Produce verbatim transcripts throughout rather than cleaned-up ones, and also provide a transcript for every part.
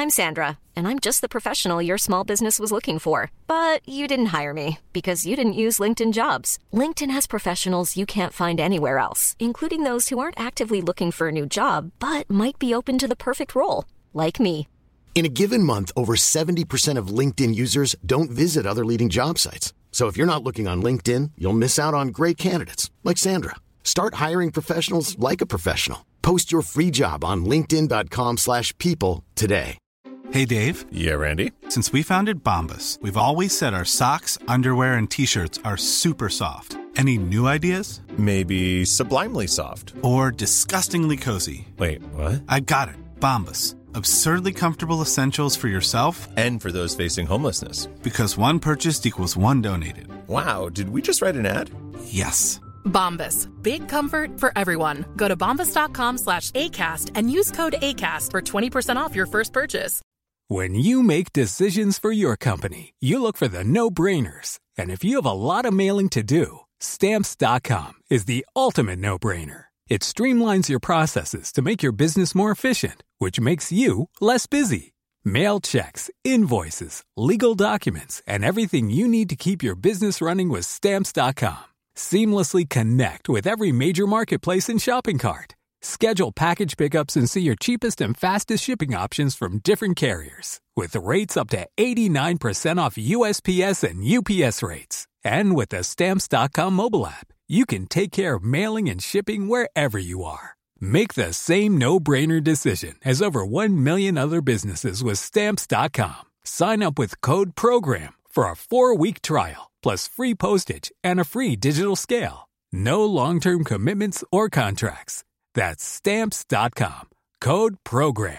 I'm Sandra, and I'm just the professional your small business was looking for. But you didn't hire me because you didn't use LinkedIn Jobs. LinkedIn has professionals you can't find anywhere else, including those who aren't actively looking for a new job, but might be open to the perfect role, like me. In a given month, over seventy percent of LinkedIn users don't visit other leading job sites. So if you're not looking on LinkedIn, you'll miss out on great candidates like Sandra. Start hiring professionals like a professional. Post your free job on linkedin dot com slash people today. Hey, Dave. Yeah, Randy. Since we founded Bombas, we've always said our socks, underwear, and T-shirts are super soft. Any new ideas? Maybe sublimely soft. Or disgustingly cozy. Wait, what? I got it. Bombas. Absurdly comfortable essentials for yourself and for those facing homelessness. Because one purchased equals one donated. Wow, did we just write an ad? Yes. Bombas. Big comfort for everyone. Go to bombas dot com slash ACAST and use code ACAST for twenty percent off your first purchase. When you make decisions for your company, you look for the no-brainers. And if you have a lot of mailing to do, Stamps dot com is the ultimate no-brainer. It streamlines your processes to make your business more efficient, which makes you less busy. Mail checks, invoices, legal documents, and everything you need to keep your business running with Stamps dot com. Seamlessly connect with every major marketplace and shopping cart. Schedule package pickups and see your cheapest and fastest shipping options from different carriers. With rates up to eighty-nine percent off U S P S and U P S rates. And with the Stamps dot com mobile app, you can take care of mailing and shipping wherever you are. Make the same no-brainer decision as over one million other businesses with Stamps dot com. Sign up with code PROGRAM for a four-week trial, plus free postage and a free digital scale. No long-term commitments or contracts. That's Stamps dot com. Code PROGRAM.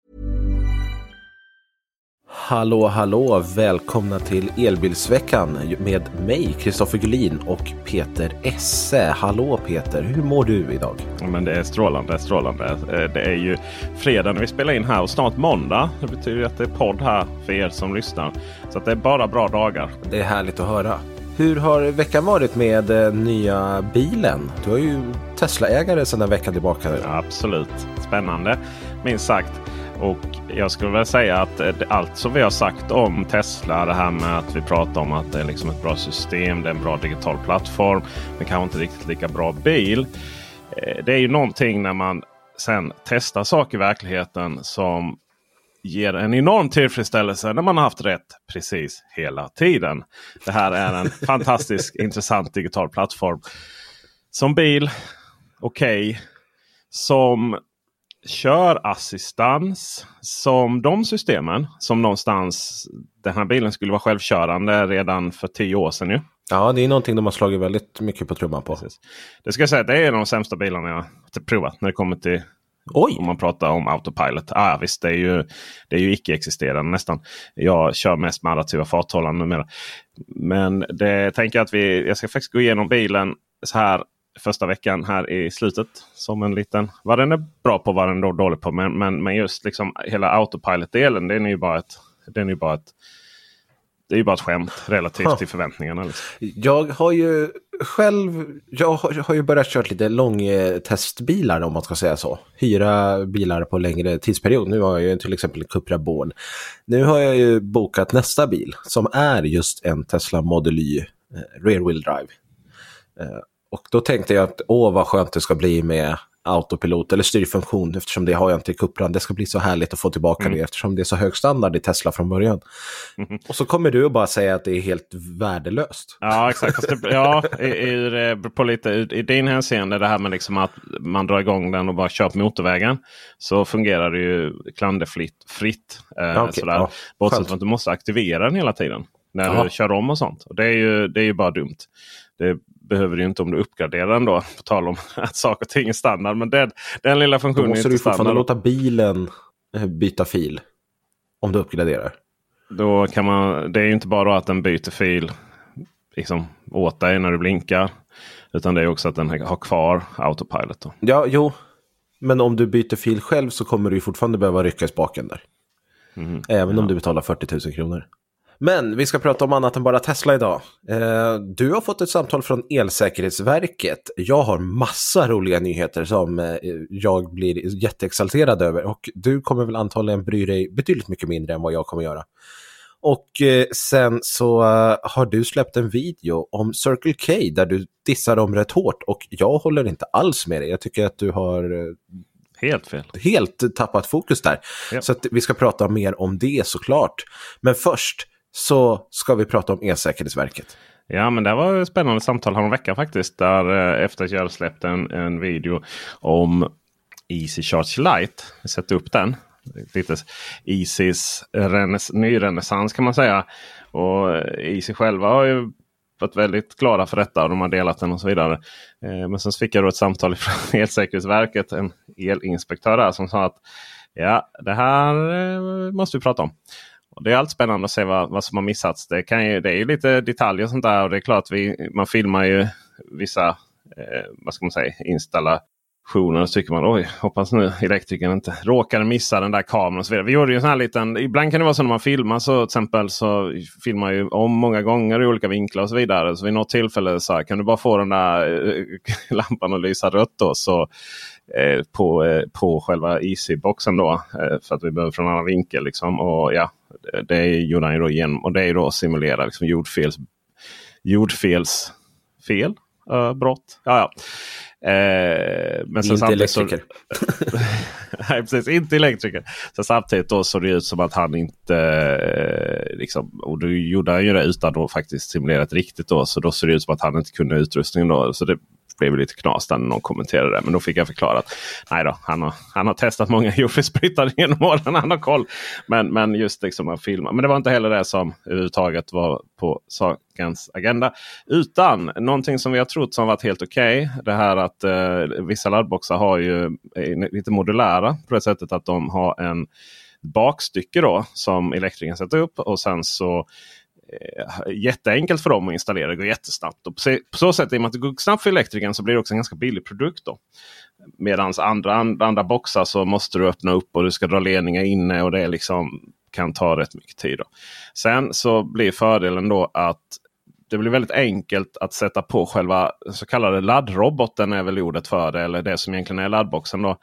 Hallå, hallå. Välkomna till Elbilsveckan med mig, Kristoffer Gullin och Peter Esse. Hallå Peter, hur mår du idag? Ja, men det är strålande, strålande. Det är ju fredag när vi spelar in här och snart måndag. Det betyder att det är podd här för er som lyssnar. Så att det är bara bra dagar. Det är härligt att höra. Hur har veckan varit med eh, nya bilen? Du har ju Tesla-ägare sedan en vecka tillbaka nu. Ja, absolut. Spännande, minst sagt. Och jag skulle väl säga att allt som vi har sagt om Tesla, det här med att vi pratar om att det är liksom ett bra system, det är en bra digital plattform, men kanske inte riktigt lika bra bil. Det är ju någonting när man sen testar saker i verkligheten som ger en enorm tillfredsställelse när man har haft rätt precis hela tiden. Det här är en fantastisk, intressant digital plattform. Som bil, okej. Okay. Som körassistans, som de systemen som någonstans den här bilen skulle vara självkörande redan för tio år sedan ju. Ja, det är någonting de har slagit väldigt mycket på trumman på. Precis. Det ska jag säga, det är de sämsta bilarna jag har provat när det kommer till Oj. Om man pratar om autopilot. Ah, visst, det är ju, det är ju icke-existerande nästan. Jag kör mest med adaptiva farthållare numera. Men det tänker jag att vi, jag ska faktiskt gå igenom bilen så här första veckan här i slutet. Som en liten, vad den är bra på, vad den är dålig på. Men, men, men just liksom hela autopilot-delen, den är ju bara ett, den är ju bara ett det är ju bara ett skämt relativt huh. till förväntningarna. Liksom. Jag har ju själv jag har, jag har ju börjat köra lite långtestbilar, om man ska säga så. Hyra bilar på längre tidsperiod. Nu har jag ju till exempel Cupra Born. Nu har jag ju bokat nästa bil som är just en Tesla Model Y eh, Rear Wheel Drive. Eh, och då tänkte jag att åh vad skönt det ska bli med autopilot eller styrfunktion, eftersom det har jag inte i Cupran. Det ska bli så härligt att få tillbaka mm. det, eftersom det är så hög standard i Tesla från början. Mm. Och så kommer du och bara säga att det är helt värdelöst. Ja, exakt. Det, ja, i, i, på lite, i, i din hänseende, det här med liksom att man drar igång den och bara kör på motorvägen, så fungerar det ju klanderfritt. Fritt, eh, okay, sådär. Ja, bortsett från att du måste aktivera den hela tiden när ja. du kör om och sånt. Och det är ju, det är ju bara dumt. Det behöver du inte om du uppgraderar den då. På tal om att saker och ting är standard. Men den, den lilla funktionen är inte standard. Då måste du fortfarande låta bilen byta fil. Om du uppgraderar. Då kan man, det är ju inte bara att den byter fil liksom åt dig när du blinkar. Utan det är också att den har kvar autopilot då. Ja, jo. Men om du byter fil själv så kommer du ju fortfarande behöva rycka i spaken där. Mm, Även ja. om du betalar fyrtio tusen kronor. Men vi ska prata om annat än bara Tesla idag. Eh, du har fått ett samtal från Elsäkerhetsverket. Jag har massa roliga nyheter som eh, jag blir jätteexalterad över. Och du kommer väl antagligen bry dig betydligt mycket mindre än vad jag kommer göra. Och eh, sen så uh, har du släppt en video om Circle K där du dissar dem rätt hårt. Och jag håller inte alls med dig. Jag tycker att du har... Uh, Helt fel. Helt tappat fokus där. Ja. Så att vi ska prata mer om det såklart. Men först så ska vi prata om Elsäkerhetsverket. Ja, men det var ett spännande samtal här en vecka faktiskt. Där eh, efter att jag släppt en, en video om Easy Charge Lite. Jag sätter upp den. Lite Easys renäs- nyrenässans kan man säga. Och Easy själva har ju varit väldigt glada för detta och de har delat den och så vidare. Eh, men sen fick jag då ett samtal från Elsäkerhetsverket, en elinspektör där, som sa att ja, det här eh, måste vi prata om. Och det är allt spännande att se vad, vad som har missats. Det, kan ju, det är ju lite detaljer och sånt där, och det är klart att vi, man filmar ju vissa eh, vad ska man säga, installationer. Så tycker man, oj, hoppas nu elektrikern inte råkade missa den där kameran och så vidare. Vi gjorde ju en sån här liten, ibland kan det vara så när man filmar så till exempel så filmar ju om många gånger i olika vinklar och så vidare. Så vid något tillfälle så här, kan du bara få den där eh, lampan att lysa rött då, så eh, på, eh, på själva Easy-boxen då, eh, för att vi behöver från en annan vinkel liksom. Och ja, det, det gjorde han ju då igen, och det är ju då att simulera liksom jordfels jordfelsfel, uh, brott. Ja, ja. Eh, men inte elektriker. Så, nej, precis, inte elektriker. Så samtidigt då såg det ut som att han inte eh, liksom, och då gjorde han ju det utan att faktiskt simulera ett riktigt då, så då såg det ut som att han inte kunde utrustningen då, så det blev lite knas när någon kommenterade det. Men då fick jag förklara att nej då, han har, han har testat många jordfelsbrytare genom åren, han har koll. Men, men just liksom att filma. Men det var inte heller det som överhuvudtaget var på sakens agenda. Utan någonting som vi har trott som varit helt okej. Okay, det här att eh, vissa laddboxar har ju är lite modulära på det sättet att de har en bakstycke då som elektrikern sätter upp, och sen så jätteenkelt för dem att installera, det går jättesnabbt. Och på så sätt, i och med att det går snabbt för elektrikern, så blir det också en ganska billig produkt då. Medan andra, andra, andra boxar så måste du öppna upp och du ska dra ledningar inne, och det liksom kan ta rätt mycket tid då. Sen så blir fördelen då att det blir väldigt enkelt att sätta på själva så kallade laddroboten, är väl ordet för det, eller det som egentligen är laddboxen då,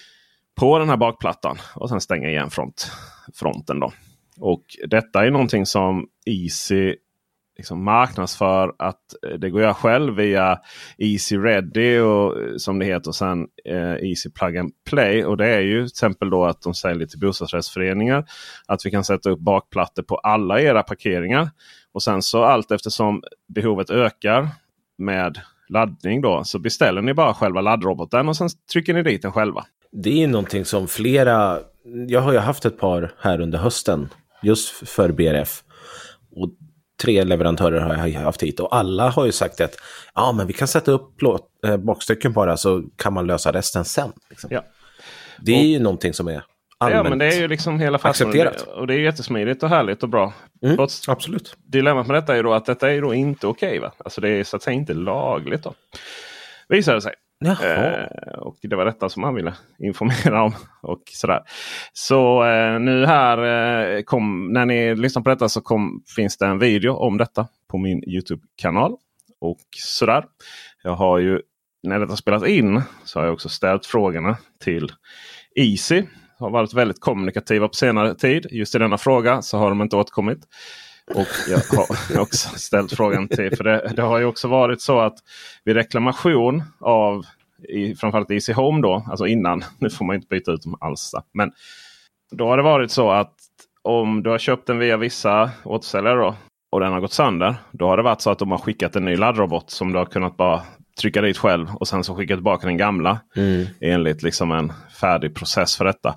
på den här bakplattan, och sen stänga igen front, fronten då. Och detta är någonting som Easy liksom marknadsför att det går jag själv via Easy Ready och som det heter, och sen eh, Easy Plug and Play. Och det är ju till exempel då att de säljer till bostadsrättsföreningar att vi kan sätta upp bakplattor på alla era parkeringar. Och sen så allt eftersom behovet ökar med laddning då, så beställer ni bara själva laddroboten och sen trycker ni dit den själva. Det är någonting som flera, jag har ju haft ett par här under hösten just för B R F, och tre leverantörer har jag haft hit, och alla har ju sagt att ja, men vi kan sätta upp plåt, äh, bakstycken bara, så kan man lösa resten sen liksom. Ja. Det är och, ju någonting som är allmänt ja, men det är ju liksom hela accepterat. Och det är jättesmidigt och härligt och bra. Mm, absolut. Dilemmat med detta är då att detta är då inte okej, va? Alltså det är så att säga inte lagligt då. Visar det sig. Eh, och det var detta som han ville informera om och sådär. Så eh, nu här eh, kom, när ni lyssnar på detta så kom, finns det en video om detta på min YouTube-kanal och sådär. Jag har ju, när detta spelat in, så har jag också ställt frågorna till Easy. Har varit väldigt kommunikativa på senare tid. Just i denna fråga så har de inte återkommit. Och jag har också ställt frågan till, för det, det har ju också varit så att vid reklamation av i, framförallt Easy Home då, alltså innan, nu får man inte byta ut dem alls, men då har det varit så att om du har köpt den via vissa återsäljare då, och den har gått sönder, då har det varit så att de har skickat en ny laddrobot som du har kunnat bara trycka dit själv och sen så skicka tillbaka den gamla mm. enligt liksom en färdig process för detta.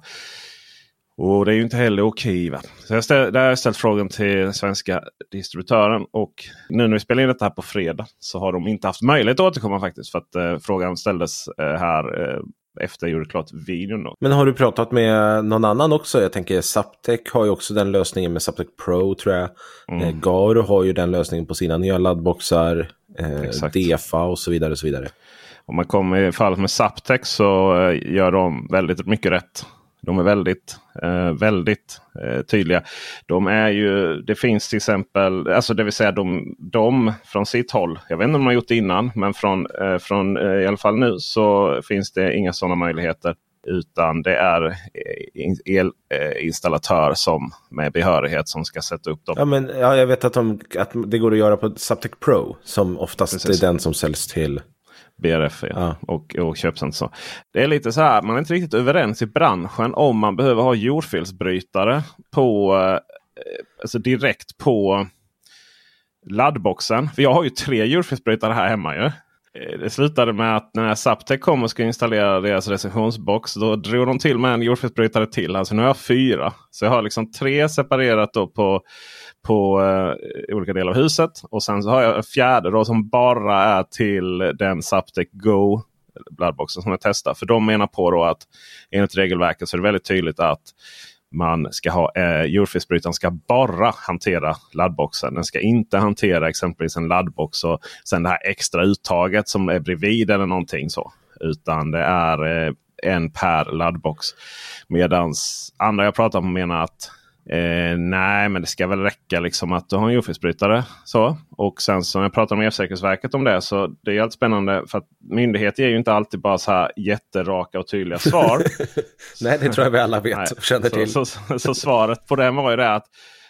Och det är ju inte heller okej, va? Så jag ställ, där har jag ställt frågan till svenska distributören, och nu när vi spelar in detta här på fredag så har de inte haft möjlighet att återkomma faktiskt, för att eh, frågan ställdes eh, här eh, efter jag gjorde klart videon då. Men har du pratat med någon annan också? Jag tänker Zaptec har ju också den lösningen med Zaptec Pro, tror jag. Mm. Eh, Garo har ju den lösningen på sina nya laddboxar, eh, D F A och så vidare och så vidare. Om man kommer i fallet med Zaptec så eh, gör de väldigt mycket rätt. De är väldigt, eh, väldigt eh, tydliga. De är ju, det finns till exempel, alltså det vill säga de, de från sitt håll, jag vet inte om de har gjort det innan, men från, eh, från eh, i alla fall nu så finns det inga sådana möjligheter. Utan det är elinstallatör som med behörighet som ska sätta upp dem. Ja, men ja, jag vet att, de, att det går att göra på Zaptec Pro som oftast Precis. är den som säljs till B R F ja. Ja. Och, och köpcentrum. Så. Det är lite så här, man är inte riktigt överens i branschen om man behöver ha jordfelsbrytare på, eh, alltså direkt på laddboxen. För jag har ju tre jordfelsbrytare här hemma ju. Det slutade med att när Zaptec kom och skulle installera deras recensionsbox, då drog de till med en jordfelsbrytare till. Alltså nu har jag fyra. Så jag har liksom tre separerat då på, på uh, olika delar av huset. Och sen så har jag en fjärde då som bara är till den Zaptec Go laddboxen som jag testar. För de menar på då att enligt regelverket så är det väldigt tydligt att man ska ha, eh, jordfelsbrytaren ska bara hantera laddboxen. Den ska inte hantera exempelvis en laddbox och sen det här extra uttaget som är bredvid eller någonting så. Utan det är eh, en per laddbox. Medans andra jag pratar med menar att eh, nej, men det ska väl räcka liksom att du har en jordfelsbrytare. Så. Och sen så när jag pratar med Elsäkerhetsverket om det, så det är alltid spännande för att myndigheter ger ju inte alltid bara så här jätteraka och tydliga svar. Nej, det tror jag vi alla vet nej, och känner till. Så, så, så svaret på det var ju det att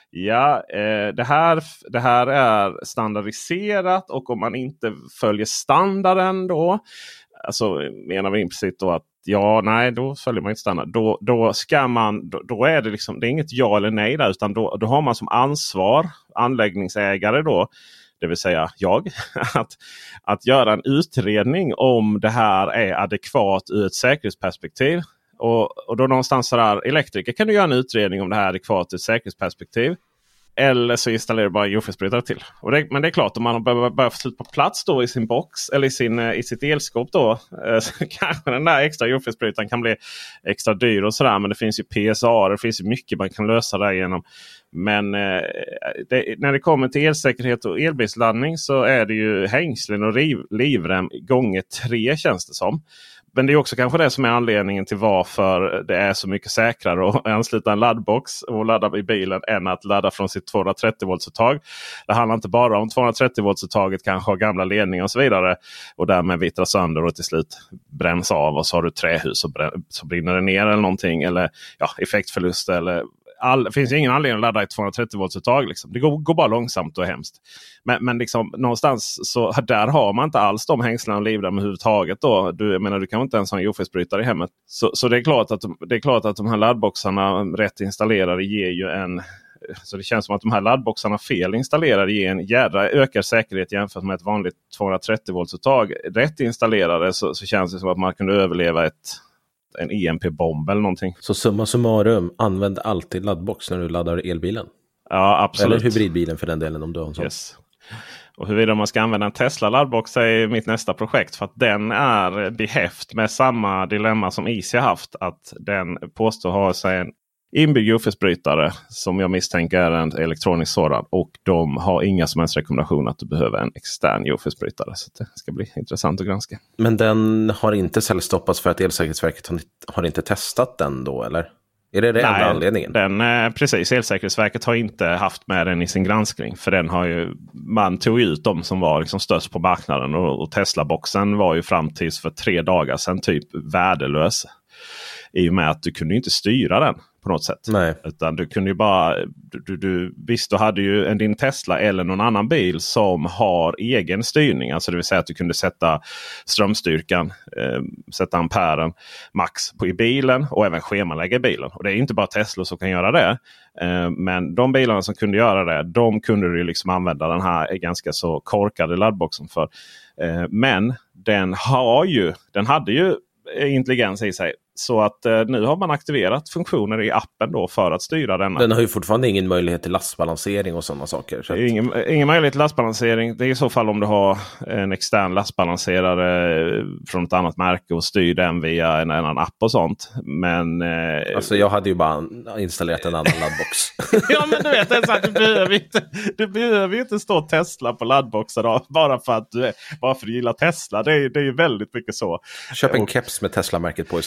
ja, eh, det, här, det här är standardiserat och om man inte följer standarden då, alltså menar vi implicit då att ja, nej, då följer man inte standard. Då, då ska man, då, då är det liksom, det är inget ja eller nej där, utan då, då har man som ansvar, anläggningsägare då, det vill säga jag, att, att göra en utredning om det här är adekvat ur ett säkerhetsperspektiv. Och, och då någonstans så där, elektriker kan du göra en utredning om det här är adekvat ur ett säkerhetsperspektiv. Eller så installerar du bara jordfelsbrytare till. Och det, men det är klart, om man börjar, börjar få slut på plats då i sin box eller i, sin, i sitt elskåp då, så kanske den där extra jordfelsbrytaren kan bli extra dyr och sådär. Men det finns ju P S A, det finns ju mycket man kan lösa där genom. Men eh, det, när det kommer till elsäkerhet och elbilsladdning så är det ju hängslen och riv, livrem gånger tre känns det som. Men det är också kanske det som är anledningen till varför det är så mycket säkrare att ansluta en laddbox och ladda i bilen än att ladda från sitt tvåhundratrettio volts-uttag. Det handlar inte bara om tvåhundratrettio volts-uttaget kanske har gamla ledningar och så vidare och därmed vittrar sönder och till slut bränns av och så har du trähus och brän- så brinner det ner eller någonting eller ja, effektförlust eller all, det finns ingen anledning att ladda ett tvåhundratrettio volts-uttag. Liksom. Det går, går bara långsamt och hemskt. Men, men liksom, någonstans så där har man inte alls de hängslarna och livrem överhuvudtaget. Då. Du, jag menar, du kan inte ens ha en jordfelsbrytare i hemmet. Så, så det, är klart att, det är klart att de här laddboxarna rätt installerade ger ju en... Så det känns som att de här laddboxarna fel installerade ger en jädra ökad säkerhet jämfört med ett vanligt tvåhundratrettio volts-uttag. Rätt installerade så, så känns det som att man kunde överleva ett... en E M P-bomb eller någonting. Så summa summarum, använd alltid laddbox när du laddar elbilen. Ja, absolut. Eller hybridbilen för den delen om du har en sån. Yes. Och huruvida man ska använda en Tesla laddbox är mitt nästa projekt. För att den är behäft med samma dilemma som Easy har haft. Att den påstår ha sig en inbyggd jordfelsbrytare som jag misstänker är en elektronisk sådan. Och de har inga som helst rekommendationer att du behöver en extern jordfelsbrytare. Så det ska bli intressant att granska. Men den har inte säljstoppats för att Elsäkerhetsverket har inte testat den då, eller? Är det det enda anledningen? Den, eh, precis, Elsäkerhetsverket har inte haft med den i sin granskning. För den har ju, man tog ut dem som var liksom störst på marknaden. Och, och Tesla-boxen var ju fram tills för tre dagar sedan typ värdelös. I och med att du kunde inte styra den på något sätt. Nej. Utan du kunde ju bara, du, du, du, visst du hade ju en din Tesla eller någon annan bil som har egen styrning. Alltså det vill säga att du kunde sätta strömstyrkan, eh, sätta amperen max på i bilen och även schemalägga i bilen. Och det är inte bara Tesla som kan göra det. Eh, men de bilarna som kunde göra det, de kunde du ju liksom använda den här ganska så korkade laddboxen för. Eh, men den har ju, den hade ju intelligens i sig. Så att eh, nu har man aktiverat funktioner i appen då för att styra denna. Den har ju fortfarande ingen möjlighet till lastbalansering och sådana saker. Så att... ingen, ingen möjlighet till lastbalansering. Det är i så fall om du har en extern lastbalanserare från ett annat märke och styr den via en annan app och sånt. Men... Eh... Alltså jag hade ju bara installerat en annan laddbox. Ja men du vet, det är så att du behöver inte, du behöver inte stå Tesla på laddboxen då, bara för att du, bara för att du gillar Tesla. Det är, det är ju väldigt mycket så. Köp en och... keps med Tesla-märket på istället.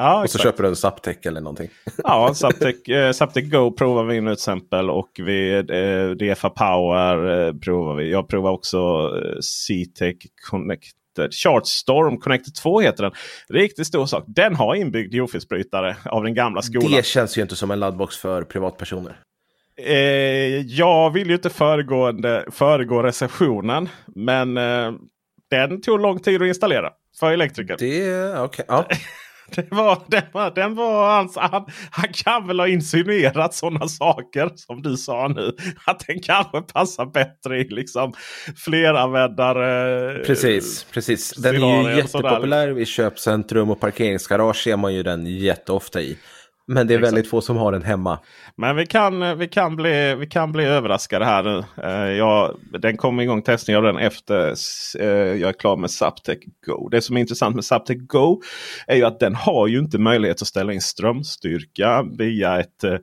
Ja, och så köper du en Zaptec eller någonting. Ja, Zaptec, eh, Zaptec Go provar vi nu till exempel. Och vi, eh, D F A Power eh, provar vi. Jag provar också eh, C-Tech Connected. Chartstorm Connected två heter den. Riktigt stor sak. Den har inbyggd jordfelsbrytare av den gamla skolan. Det känns ju inte som en laddbox för privatpersoner. Eh, jag vill ju inte föregå, föregå recensionen. Men eh, den tog lång tid att installera för elektriker. Det, okej, okay. Ja. Det var, det var, den var hans, han, han kan väl ha insinuerat sådana saker som du sa nu. Att den kanske passar bättre i liksom fleranvändare. Precis, precis. Den är ju jättepopulär i köpcentrum och parkeringsgarage ser man ju den jätteofta i. Men det är väldigt få som har den hemma. Men vi kan, vi kan, bli, vi kan bli överraskade här nu. Uh, jag, den kommer igång testning av den efter uh, jag är klar med Zaptec Go. Det som är intressant med Zaptec Go är ju att den har ju inte möjlighet att ställa in strömstyrka via ett uh,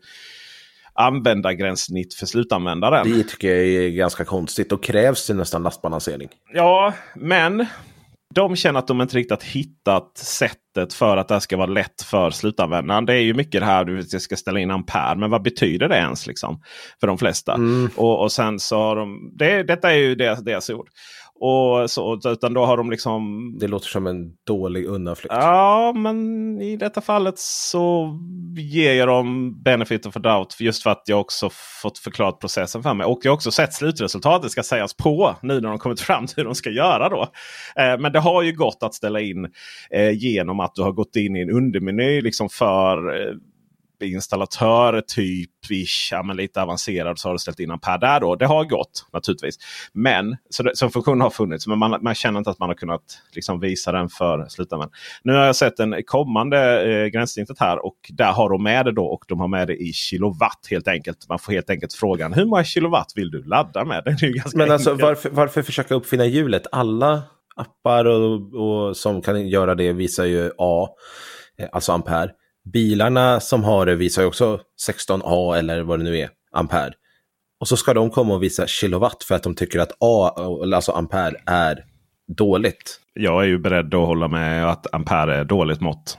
användargränssnitt för slutanvändaren. Det tycker jag är ganska konstigt. Då krävs det nästan lastbalansering. Ja, men de känner att de inte riktigt hittat sättet för att det ska vara lätt för slutanvändaren. Det är ju mycket det här du ska ställa in ampere. Men vad betyder det ens liksom för de flesta? Mm. Och, och sen så har de... Det, detta är ju deras, deras ord. Och så, utan då har de liksom... Det låter som en dålig undanflykt. Ja, men i detta fallet så ger jag dem benefit of a doubt. Just för att jag också fått förklarat processen för mig. Och jag har också sett slutresultatet ska sägas på nu när de kommit fram till hur de ska göra då. Eh, men det har ju gått att ställa in eh, genom att du har gått in i en undermeny liksom för... Eh, installatörer typ ja, men lite avancerad så har du ställt in ampere där då. Det har gått naturligtvis. Men så, det, så funktionen har funnits men man, man känner inte att man har kunnat liksom visa den för slutanvändare. Nu har jag sett en kommande eh, gränssnittet här och där har de med det då och de har med det i kilowatt helt enkelt. Man får helt enkelt frågan hur många kilowatt vill du ladda med? Det är ju ganska men alltså enkelt. varför, varför försöka uppfinna hjulet? Alla appar och, och som kan göra det visar ju A, alltså ampere. Bilarna som har det visar ju också sexton A eller vad det nu är, ampere. Och så ska de komma och visa kilowatt för att de tycker att A, alltså ampere, är dåligt. Jag är ju beredd att hålla med att ampere är dåligt mått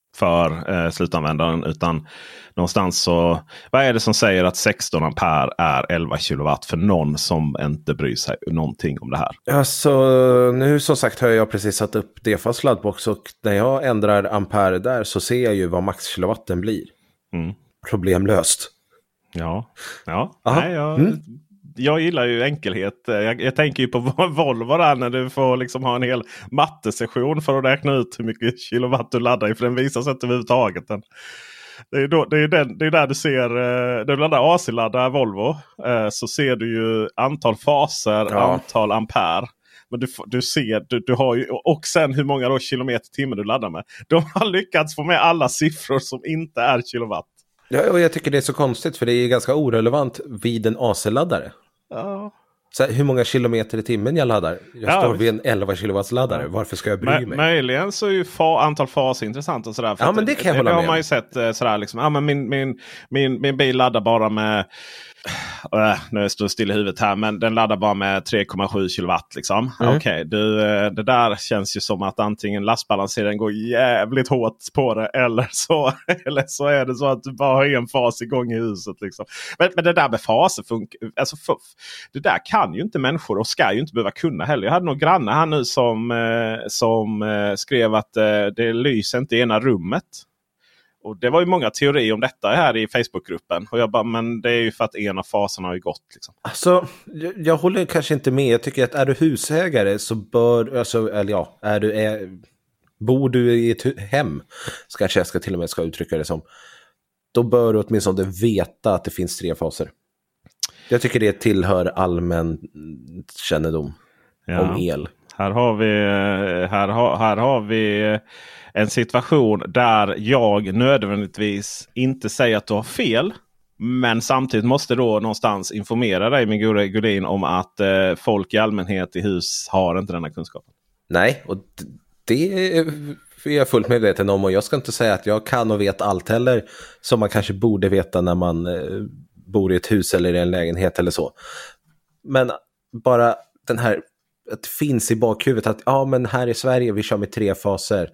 för eh, slutanvändaren. Utan någonstans så, vad är det som säger att sexton ampere är elva kilowatt för någon som inte bryr sig någonting om det här? Alltså, nu som sagt har jag precis satt upp D F A:s laddbox och när jag ändrar ampere där så ser jag ju vad maxkilowatten blir. Mm. Problemlöst. Ja, ja. Nej, jag, mm. jag gillar ju enkelhet. Jag, jag tänker ju på Volvo där när du får liksom ha en hel mattesession för att räkna ut hur mycket kilowatt du laddar i. För den visar sig inte överhuvudtaget. Den. Det är, då, det, är den, det är där du ser, när du laddar A C-laddar Volvo så ser du ju antal faser, ja. Antal ampere. Men du, du ser, du, du har ju, och sen hur många då kilometer timme du laddar med. De har lyckats få med alla siffror som inte är kilowatt. Ja, och jag tycker det är så konstigt för det är ganska orelevant vid en A C-laddare. Ja. Så här, hur många kilometer i timmen jag laddar? Jag ja, står vid en elva kilowatts laddare. Ja. Varför ska jag bry mig? Möjligen så är ju fa- antal faser intressant och sådär. För ja, men det kan jag hålla med. Det har med. man ju sett sådär liksom. Ja, men min, min, min, min bil laddar bara med... Äh, nu står jag still i huvudet här. Men den laddar bara med tre komma sju kilowatt liksom. Mm. Okej, okay, du, det där känns ju som att antingen lastbalanseringen går jävligt hårt på det. Eller så, eller så är det så att du bara har en fas igång i huset liksom. Men, men det där med faser funkar... Alltså, fuff, det där kan ju inte människor och ska ju inte behöva kunna heller. Jag hade några grannar här nu som, eh, som eh, skrev att eh, det lyser inte i ena rummet. Och det var ju många teorier om detta här i Facebookgruppen. Och jag bara, men det är ju för att en av faserna har ju gått liksom. Alltså, jag, jag håller kanske inte med. Jag tycker att är du husägare så bör, alltså, eller ja, är du, är, bor du i ett hem, så kanske jag ska till och med ska uttrycka det som, då bör du åtminstone veta att det finns tre faser. Jag tycker det tillhör allmän kännedom ja. Om el. Här har vi, här har, här har vi en situation där jag nödvändigtvis inte säger att du har fel. Men samtidigt måste då någonstans informera dig, min gode Gullin, om att eh, folk i allmänhet i hus har inte denna kunskapen. Nej, och det är jag fullt medveten om. Och jag ska inte säga att jag kan och vet allt heller som man kanske borde veta när man eh, bor i ett hus eller i en lägenhet eller så. Men bara den här, att det finns i bakhuvudet att ja, men här i Sverige vi kör med tre faser.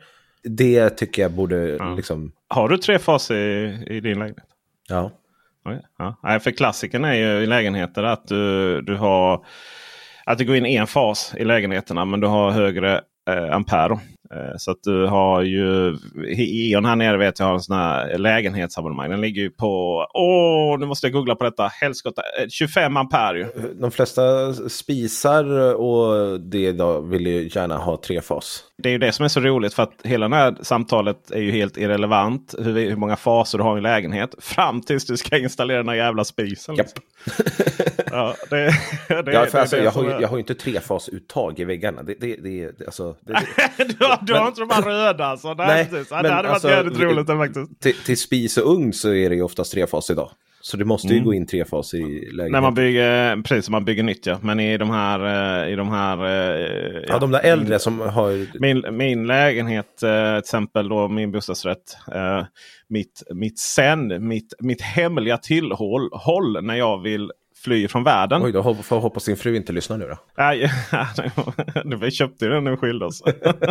Det tycker jag borde Ja. liksom... Har du tre fas i, i din lägenhet? Ja. Okay. Ja. Nej, för klassiken är ju i lägenheter att du, du har att det går in en fas i lägenheterna, men du har högre eh, ampere. Eh, så att du har ju i E O N här nere, vet jag, har en sån här lägenhetsabonnemang. Den ligger ju på, åh, nu måste jag googla på detta. Helskotta, tjugofem ampere ju. De flesta spisar och det då vill ju gärna ha tre fas. Det är ju det som är så roligt, för att hela det här samtalet är ju helt irrelevant hur, hur många faser du har i en lägenhet fram tills du ska installera den här jävla spisen. Japp. Ja, det, det, Ja, för det, alltså, det jag, har är- ju, jag har ju inte trefasuttag i väggarna. Det, det, det, det, alltså, det, det. du har, du har inte de här röda. Alltså. Nej, Nej, precis. Ja, men det hade alltså, varit jävligt roligt det, faktiskt. Till, till spis och ugn så är det ju oftast trefas idag. Så det måste ju Mm. gå in trefas i lägenheten. När man bygger, precis som man bygger nytt, ja. Men i de här... eh, I de här eh, Ja, de där äldre som har... Min, min lägenhet, eh, till exempel då min bostadsrätt, eh, mitt, mitt sen, mitt, mitt hemliga tillhåll håll när jag vill fly från världen. Oj, då får jag hoppas din fru inte lyssnar nu då. Nej, vi köpte den när vi skilde oss.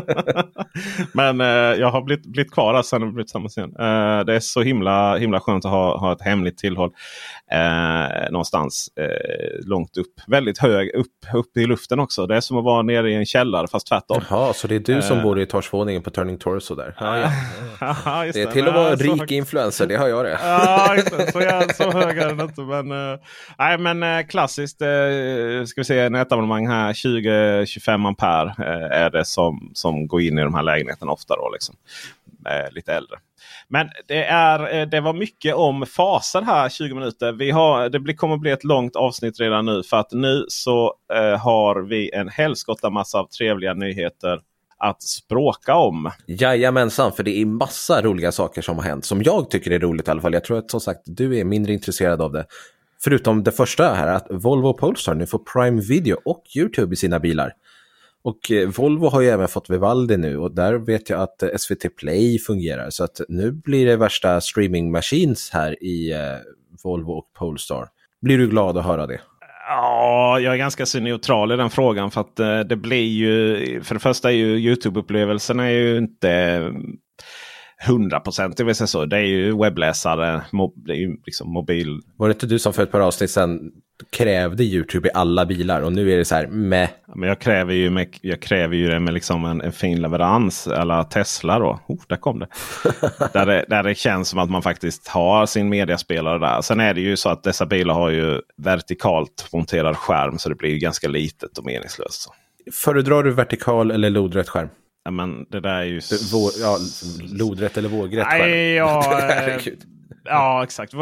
Men eh, jag har blivit, blivit kvar där sen vi blivit tillsammans igen. Eh, det är så himla, himla skönt att ha, ha ett hemligt tillhåll eh, någonstans eh, långt upp. Väldigt hög upp, upp i luften också. Det är som att vara nere i en källare, fast tvärtom. Jaha, så det är du som Eh. bor i etage-våningen på Turning Torso där. Ja, ja. Ja, just Det är till att Men, vara så rik högt- influencer, det har jag det. Ja, just det. Så, jag, så hög är den inte. Men, uh, nej, men uh, klassiskt uh, ska vi se, nätabonnemang här. tjugo till tjugofem ampere uh, är det som, som går in i de här lägenheterna ofta då, liksom. Uh, lite äldre. Men det, är, uh, det var mycket om faser här, tjugo minuter. Vi har, det blir, kommer bli ett långt avsnitt redan nu. För att nu så uh, har vi en helskotta massa av trevliga nyheter att språka om. Jajamensan, för det är massa roliga saker som har hänt. Som jag tycker är roligt i alla fall. Jag tror att som sagt du är mindre intresserad av det. Förutom det första här, att Volvo Polestar nu får Prime Video och YouTube i sina bilar. Och eh, Volvo har ju även fått Vivaldi nu, och där vet jag att eh, S V T Play fungerar. Så att nu blir det värsta streaming machines här i eh, Volvo och Polestar. Blir du glad att höra det? Ja, jag är ganska så neutral i den frågan, för att eh, det blir ju, för det första är ju YouTube-upplevelsen är ju inte hundra procent, det vill säga så. Det är ju webbläsare, mob, det är ju liksom mobil. Var det inte du som för ett par avsnitt sedan krävde YouTube i alla bilar, och nu är det så här meh. Men jag kräver ju, med, jag kräver ju det med liksom en, en fin leverans, eller Tesla då. Oh, där kom det. där det. Där det känns som att man faktiskt har sin mediaspelare där. Sen är det ju så att dessa bilar har ju vertikalt monterad skärm, så det blir ju ganska litet och meningslöst. Föredrar du vertikal eller lodrätt skärm? Ja, men det där är ju... Vå, ja, lodrätt eller vågrätt skärm? Nej, ja, Herregud. ja, exakt.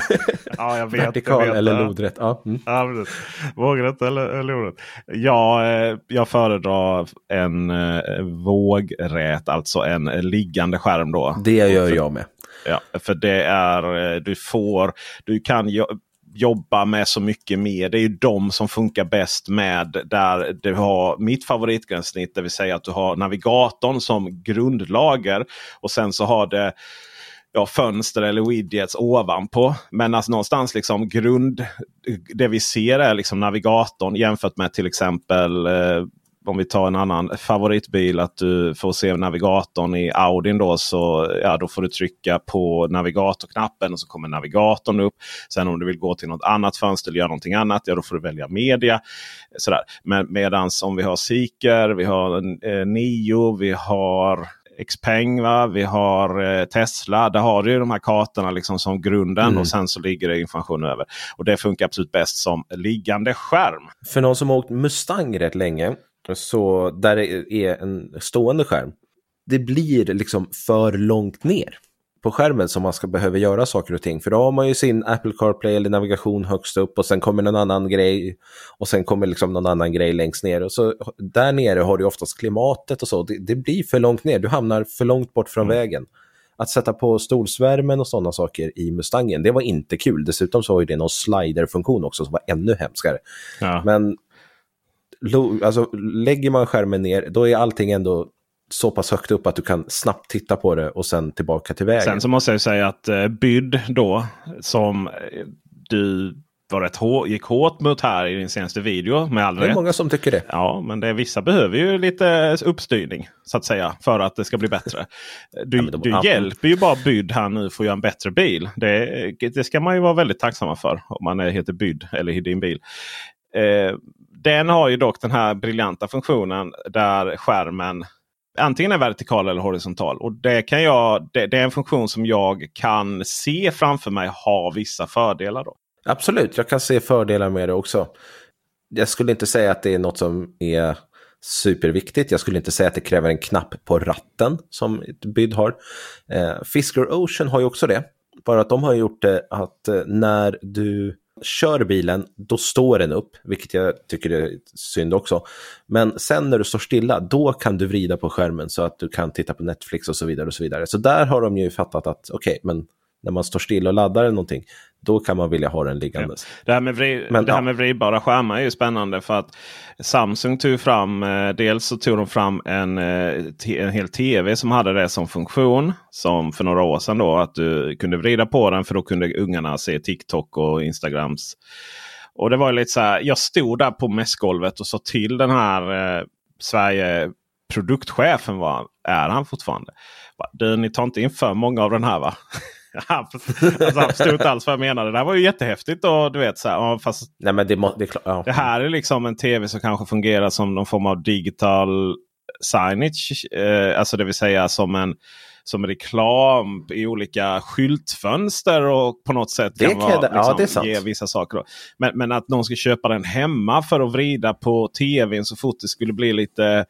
Ja, jag vet. Vertikal jag vet, eller ja. lodrätt? Ja. Mm. Ja, precis. Vågrätt eller, eller lodrätt. Ja, eh, jag föredrar en eh, vågrät, alltså en eh, liggande skärm då. Det gör jag med. Ja, för det är, eh, du får, du kan jo- jobba med så mycket mer. Det är ju de som funkar bäst med där du har mitt favoritgränssnitt, det vill säga att du har navigatorn som grundlager och sen så har det ja, fönster eller widgets ovanpå. Men alltså någonstans liksom grund, det vi ser är liksom navigatorn jämfört med till exempel eh, om vi tar en annan favoritbil, att du får se navigatorn i Audin då, så ja, då får du trycka på navigatorknappen och så kommer navigatorn upp. Sen om du vill gå till något annat fönster eller göra någonting annat, ja då får du välja media. Sådär. Men medans om vi har Seeker, vi har eh, Nio, vi har Xpeng, va? Vi har eh, Tesla, där har du ju de här kartorna liksom som grunden mm. och sen så ligger det information över. Och det funkar absolut bäst som liggande skärm. För någon som har åkt Mustang rätt länge, så där är en stående skärm, det blir liksom för långt ner på skärmen som man ska behöva göra saker och ting. För då har man ju sin Apple CarPlay eller navigation högst upp och sen kommer någon annan grej och sen kommer liksom någon annan grej längst ner. Och så där nere har du oftast klimatet och så. Det, det blir för långt ner. Du hamnar för långt bort från mm. vägen. Att sätta på stolsvärmen och sådana saker i Mustangen, det var inte kul. Dessutom så har ju det någon slider-funktion också som var ännu hemskare. Ja. Men alltså, lägger man skärmen ner, då är allting ändå så pass högt upp att du kan snabbt titta på det och sen tillbaka till vägen. Sen så måste jag säga att eh, B Y D då, som du var rätt hår, gick hårt mot här i din senaste video med all rätt. Det är många som tycker det. Ja, men det, vissa behöver ju lite uppstyrning så att säga för att det ska bli bättre. Du, ja, du hjälper ju bara Byd här nu för att göra en bättre bil. Det, det ska man ju vara väldigt tacksamma för om man heter Byd eller i din bil. Eh, den har ju dock den här briljanta funktionen där skärmen antingen är vertikal eller horisontal. Och det, kan jag, det, det är en funktion som jag kan se framför mig ha vissa fördelar då. Absolut, jag kan se fördelar med det också. Jag skulle inte säga att det är något som är superviktigt. Jag skulle inte säga att det kräver en knapp på ratten som ett Byd har. Eh, Fisker Ocean har ju också det. Bara att de har gjort det att eh, när du kör bilen, då står den upp, vilket jag tycker är synd också. Men sen när du står stilla, då kan du vrida på skärmen så att du kan titta på Netflix och så vidare och så vidare. Så där har de ju fattat att okej, okay, men när man står still och laddar eller någonting, då kan man vilja ha den liggande. Ja. Det här med, vri- Men, det här med vridbara skärmar är ju spännande för att Samsung tog fram, eh, dels så tog de fram en, eh, t- en hel tv som hade det som funktion, som för några år sedan då, att du kunde vrida på den för då kunde ungarna se TikTok och Instagrams. Och det var lite så här, jag stod där på mässgolvet och sa till den här eh, Sverige produktchefen, var, är han fortfarande? Du, ni tar inte in för många av den här va? alltså, han förstod inte alls vad jag menade. Det här var ju jättehäftigt och du vet så här, fast Nej, men det, må, det, är klart, ja. det här är liksom en tv som kanske fungerar som någon form av digital signage, eh, alltså det vill säga som en som reklam i olika skyltfönster och på något sätt det kan, kan vara, det, liksom, ja, det är sant. Ge vissa saker. Då. Men, men att någon ska köpa den hemma för att vrida på tvn så fort det skulle bli lite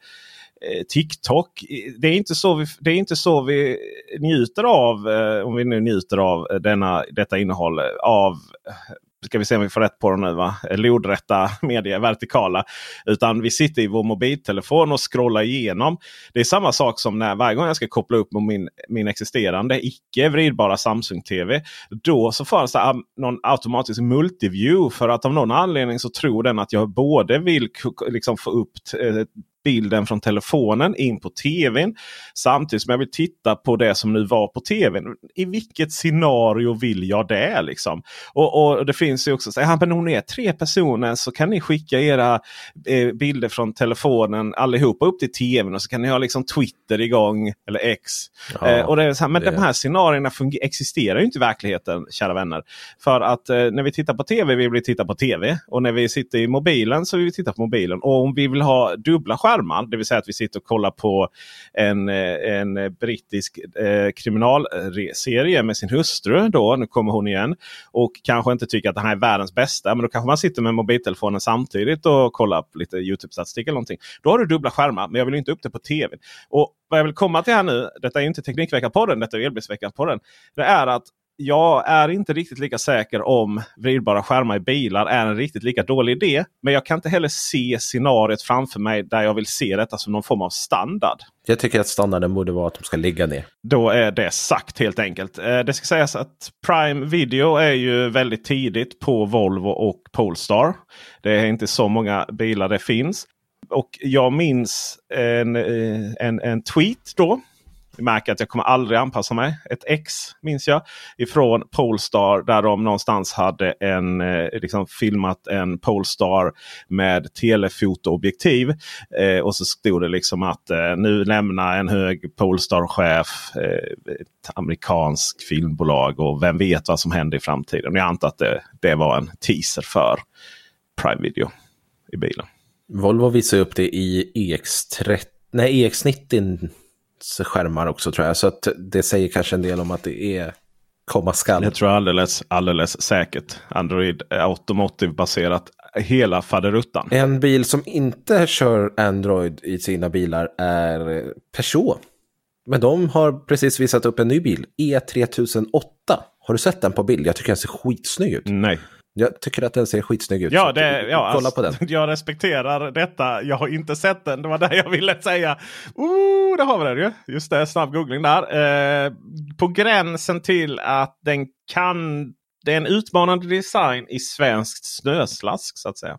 TikTok, det är inte så vi, det är inte så vi njuter av, eh, om vi nu njuter av denna, detta innehåll av, ska vi se om vi får rätt på det nu va, lodrätta medier, vertikala, utan vi sitter i vår mobiltelefon och scrollar igenom. Det är samma sak som när varje gång jag ska koppla upp med min, min existerande icke vridbara Samsung-tv, då så får jag någon automatisk multiview för att av någon anledning så tror den att jag både vill liksom få upp eh, bilden från telefonen in på tvn samtidigt som jag vill titta på det som nu var på tvn. I vilket scenario vill jag det liksom? Och, och det finns ju också så här, men om ni är tre personer så kan ni skicka era eh, bilder från telefonen allihopa upp till tvn och så kan ni ha liksom Twitter igång eller X. Ja, eh, och det är så här, men det... de här scenarierna funger- existerar ju inte i verkligheten, kära vänner. För att eh, när vi tittar på tv vill vi titta på tv och när vi sitter i mobilen så vill vi titta på mobilen. Och om vi vill ha dubbla skärmar, det vill säga att vi sitter och kollar på en, en brittisk eh, kriminalserie med sin hustru då, nu kommer hon igen, och kanske inte tycker att det här är världens bästa, men då kanske man sitter med mobiltelefonen samtidigt och kollar på lite YouTube-statistik eller någonting. Då har du dubbla skärmar, men jag vill inte upp det på tvn. Och vad jag vill komma till här nu, detta är inte Teknikveckan-podden, detta är Elbilsveckan-podden, det är att jag är inte riktigt lika säker om vridbara skärmar i bilar är en riktigt lika dålig idé. Men jag kan inte heller se scenariot framför mig där jag vill se detta som någon form av standard. Jag tycker att standarden borde vara att de ska ligga ner. Då är det sagt helt enkelt. Det ska sägas att Prime Video är ju väldigt tidigt på Volvo och Polestar. Det är inte så många bilar det finns. Och jag minns en, en, en tweet då. Jag märker att jag kommer aldrig anpassa mig. Ett X minns jag ifrån Polestar där de någonstans hade en, eh, liksom filmat en Polestar med telefotoobjektiv. Eh, och så stod det liksom att eh, nu lämnar en hög Polestar-chef eh, ett amerikansk filmbolag och vem vet vad som händer i framtiden. Jag antar att det, det var en teaser för Prime Video i bilen. Volvo visar upp det i E X trettio, nej E X nittio skärmar också tror jag. Så att det säger kanske en del om att det är komma skall. Jag tror alldeles, alldeles säkert. Android Automotive baserat hela faderuttan. En bil som inte kör Android i sina bilar är Peugeot. Men de har precis visat upp en ny bil. E tre tusen åtta. Har du sett den på bild? Jag tycker den ser skitsnygg ut. Nej. Jag tycker att den ser skitsnygg ut. Ja, det, ja kolla alltså, på den. Jag respekterar detta. Jag har inte sett den. Det var det jag ville säga. Oh, det har vi det ju. Just det, snabb googling där. Eh, på gränsen till att den kan... Det är en utmanande design i svenskt snöslask så att säga.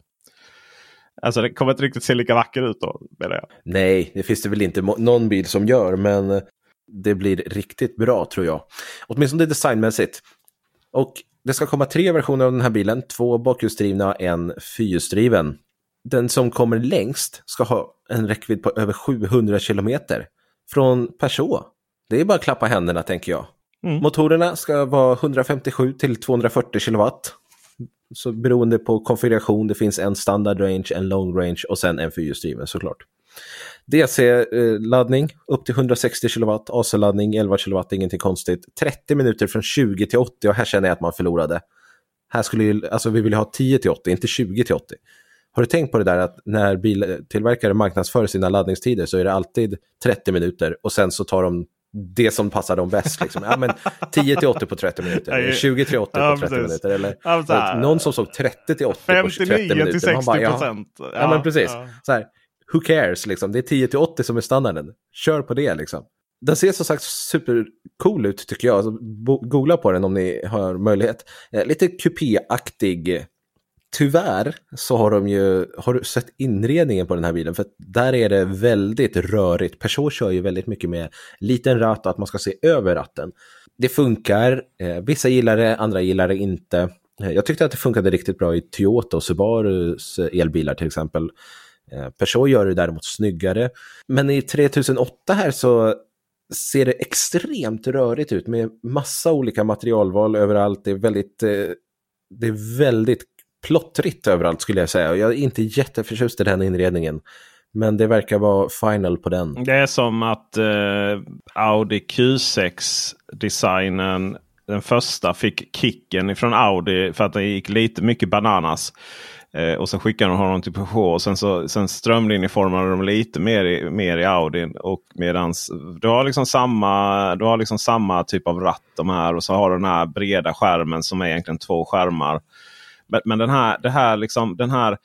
Alltså det kommer inte riktigt se lika vacker ut då, menar jag. Nej, det finns det väl inte någon bil som gör, men det blir riktigt bra tror jag. Åtminstone designmässigt. Och Det ska komma tre versioner av den här bilen. Två bakhjulsdrivna och en fyrhjulsdriven. Den som kommer längst ska ha en räckvidd på över sjuhundra kilometer. Från Peugeot. Det är bara att klappa händerna, tänker jag. Mm. Motorerna ska vara hundrafemtiosju till tvåhundrafyrtio kilowatt. Så beroende på konfiguration, det finns en standard range, en long range och sen en fyrhjulsdriven såklart. D C-laddning upp till hundrasextio kilowatt, A C-laddning elva kilowatt, ingenting konstigt. trettio minuter från tjugo till åttio och här känner jag att man förlorade. Här skulle ju, alltså vi vill ha tio till åttio, inte tjugo till åttio. Har du tänkt på det där att när biltillverkare marknadsför sina laddningstider så är det alltid trettio minuter och sen så tar de det som passar dem bäst liksom. Ja, men tio till åttio på trettio minuter, eller tjugo till åttio ja, på trettio precis. Minuter eller ja, någon som såg trettio till åttio på trettio minuter. femtionio till sextio procent. Ja, ja, men precis. Ja. Så här, who cares liksom. Det är tio till åttio som är standarden. Kör på det liksom. Den ser som sagt supercool ut tycker jag. Alltså, bo- googla på den om ni har möjlighet. Eh, lite kupéaktig. Tyvärr så har de ju, har du sett inredningen på den här bilen? För där är det väldigt rörigt. Peugeot kör ju väldigt mycket med liten ratt och att man ska se över ratten. Det funkar, eh, vissa gillar det, andra gillar det inte. Eh, jag tyckte att det funkade riktigt bra i Toyota och Subarus elbilar till exempel. Eh, Peugeot gör det däremot snyggare. Men i tre tusen åtta här så ser det extremt rörigt ut med massa olika materialval överallt. Det är väldigt, eh, det är väldigt plottrigt överallt skulle jag säga. Jag är inte jätteförtjust i den inredningen. Men det verkar vara final på den. Det är som att eh, Audi Q sex-designen, den första, fick kicken ifrån Audi för att det gick lite mycket bananas. Eh, och sen skickade de honom till Peugeot och sen, så, sen strömlinjeformade de lite mer i, mer i Audi. Och medans du har liksom samma, du har liksom samma typ av ratt de här och så har du den här breda skärmen som är egentligen två skärmar. Men, men den här, det här liksom, den här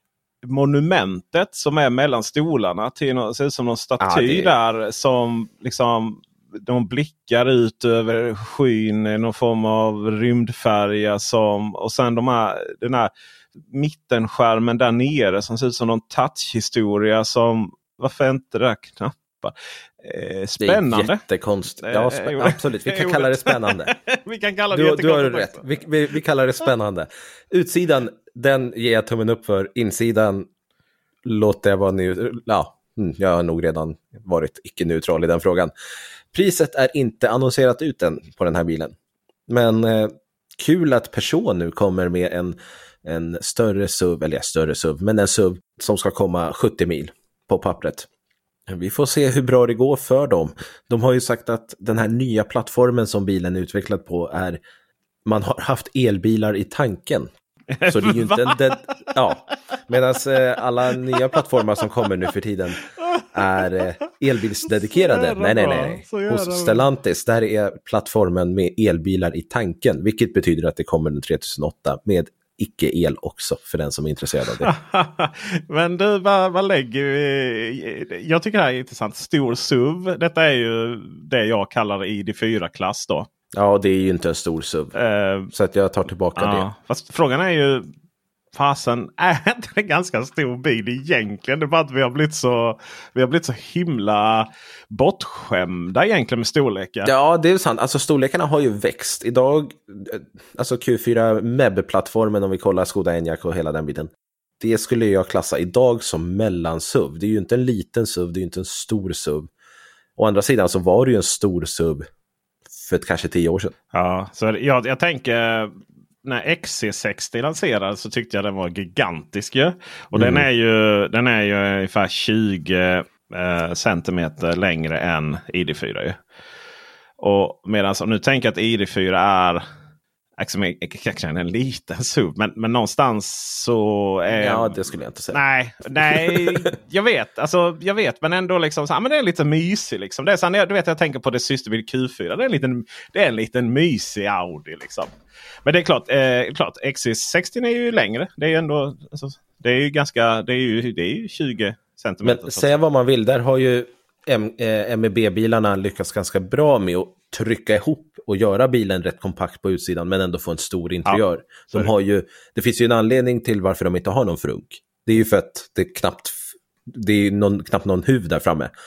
monumentet som är mellan stolarna till no, ser ut som någon staty ah, där som liksom de blickar ut över skyn i någon form av rymdfärja som, och sen de här, den här mittenskärmen där nere som ser ut som någon touchhistoria som, varför är inte det där knappar? Eh, spännande. Det är jättekonstigt. Ja, spä- absolut. Vi kan kalla det spännande. Vi kan kalla det du, jättekonstigt. Du har rätt. Vi, vi, vi kallar det spännande. Utsidan, den ger jag tummen upp för. Insidan låter jag vara neutral. Ja, jag har nog redan varit icke-neutral i den frågan. Priset är inte annonserat ut än på den här bilen. Men eh, kul att Peugeot nu kommer med en, en större S U V, eller ja, större S U V, men en S U V som ska komma sjuttio mil på pappret. Vi får se hur bra det går för dem. De har ju sagt att den här nya plattformen som bilen är utvecklad på är, man har haft elbilar i tanken. Så det är ju inte en dead, ja. Medan eh, alla nya plattformar som kommer nu för tiden är eh, elbilsdedikerade. Nej, nej, nej. Hos Stellantis, där är plattformen med elbilar i tanken. Vilket betyder att det kommer den tre tusen åtta med icke-el också för den som är intresserad av det. Men du, vad, vad lägger vi? Jag tycker det här är intressant. Stor S U V. Detta är ju det jag kallar I D fyra-klass då. Ja, det är ju inte en stor S U V. Uh, så att jag tar tillbaka ja, det. Fast frågan är ju, fasen, är inte det en ganska stor bil egentligen? Det är bara att vi har blivit så, vi har blivit så himla bortskämda egentligen med storlekar. Ja, det är sant. Alltså storlekarna har ju växt. Idag, alltså Q fyra M E B-plattformen, om vi kollar Skoda Enyaq och hela den biten. Det skulle jag klassa idag som mellan-S U V. Det är ju inte en liten S U V, det är ju inte en stor S U V. Å andra sidan så var det ju en stor S U V för ett, kanske tio år sedan. Ja, så jag, jag tänker när X C sextio lanserades så tyckte jag den var gigantisk ju. Och mm. den är ju den är ju ungefär tjugo eh, centimeter längre än I D fyra ju. Och medan nu tänker jag att I D fyra är kanske en liten S U V, men, men någonstans så är... Ja, det skulle jag inte säga. Nej, nej jag vet. Alltså, jag vet, men ändå liksom så här, men det är lite mysig liksom. Det är så här, du vet, jag tänker på det systerbil Q fyra. Det är en liten, det är en liten mysig Audi liksom. Men det är klart, eh, klart X C sextio är ju längre. Det är ju ändå, alltså, det är ju ganska, det är ju, det är ju tjugo centimeter. Men säga vad man vill, där har ju M- eh, M E B-bilarna lyckats ganska bra med att trycka ihop och göra bilen rätt kompakt på utsidan men ändå få en stor interiör. Ja, de har ju, det finns ju en anledning till varför de inte har någon frunk. Det är ju för att det är knappt det är någon, knappt någon huv där framme.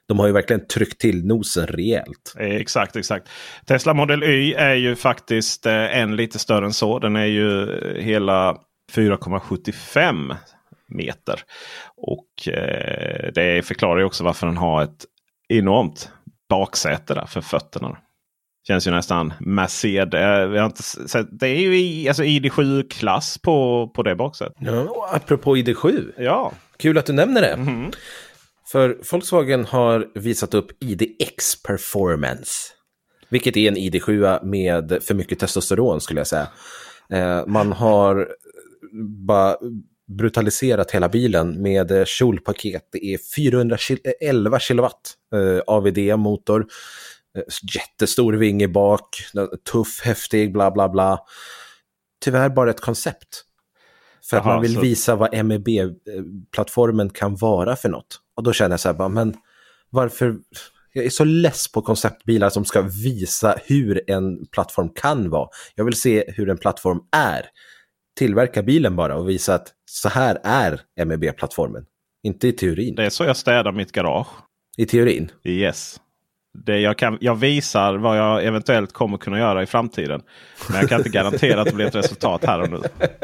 de har ju verkligen tryckt till nosen rejält. Exakt, exakt. Tesla Model Y är ju faktiskt en lite större än så. Den är ju hela fyra komma sjuttiofem meter. Och eh, det förklarar ju också varför den har ett enormt baksäte där för fötterna. Känns ju nästan Mercedes. Vi har inte sett, det är ju i, alltså I D sju-klass på, på det baksätet. Ja, apropå I D sju. Ja. Kul att du nämner det. Mm-hmm. För Volkswagen har visat upp I D X Performance. Vilket är en I D sju med för mycket testosteron skulle jag säga. Eh, man har bara brutaliserat hela bilen med kjolpaket. Det är fyrahundraelva kilowatt eh, A V D-motor. Eh, jättestor vinge bak. Tuff, häftig, bla bla bla. Tyvärr bara ett koncept. För att Aha, man vill så... visa vad M E B-plattformen kan vara för något. Och då känner jag så här, bara, men varför... Jag är så less på konceptbilar som ska visa hur en plattform kan vara. Jag vill se hur en plattform är. Tillverka bilen bara och visa att så här är M E B-plattformen. Inte i teorin. Det är så jag städar mitt garage. I teorin? Yes. Det jag, kan, jag visar vad jag eventuellt kommer kunna göra i framtiden. Men jag kan inte garantera att det blir ett resultat här och nu.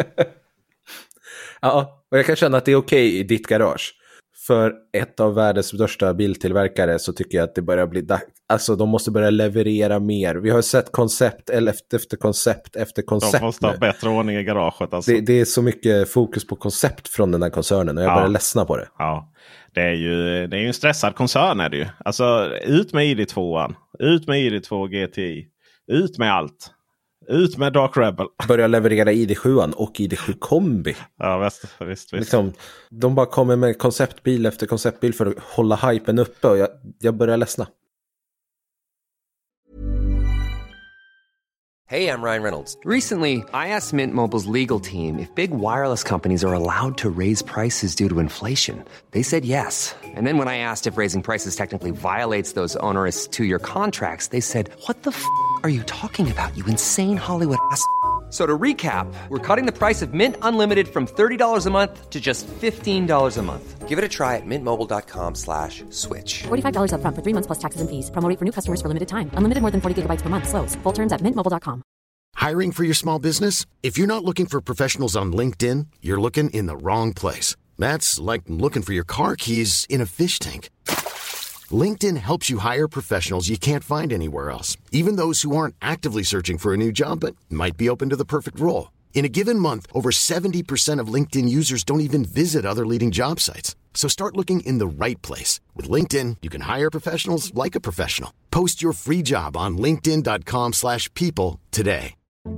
Ja, och jag kan känna att det är okej okay i ditt garage. För ett av världens största biltillverkare så tycker jag att det börjar bli dags. Alltså de måste börja leverera mer. Vi har sett koncept efter, efter koncept efter koncept. De måste ha bättre ordning i garaget. Alltså. Det, det är så mycket fokus på koncept från den här koncernen och jag ja. börjar ledsna på det. Ja, det är ju det är ju en stressad koncern är det ju. Alltså ut med I D två, ut med I D två G T I, ut med allt. Ut med Dark Rebel. Börja leverera I D sju och I D sju kombi. Ja, visst, visst, visst. Liksom, de bara kommer med konceptbil efter konceptbil för att hålla hypen uppe och jag, jag börjar ledsna. Hey, I'm Ryan Reynolds. Recently, I asked Mint Mobile's legal team if big wireless companies are allowed to raise prices due to inflation. They said yes. And then when I asked if raising prices technically violates those onerous two-year contracts, they said, what the f*** are you talking about, you insane Hollywood ass f- So to recap, we're cutting the price of Mint Unlimited from thirty dollars a month to just fifteen dollars a month. Give it a try at mintmobile.com slash switch. forty-five dollars up front for three months plus taxes and fees. Promo rate for new customers for limited time. Unlimited more than forty gigabytes per month. Slows full terms at mint mobile dot com. Hiring for your small business? If you're not looking for professionals on LinkedIn, you're looking in the wrong place. That's like looking for your car keys in a fish tank. LinkedIn helps you hire professionals you can't find anywhere else, even those who aren't actively searching for a new job but might be open to the perfect role. In a given month, over seventy percent of LinkedIn users don't even visit other leading job sites. So start looking in the right place. With LinkedIn, you can hire professionals like a professional. Post your free job on linkedin.com slash people today.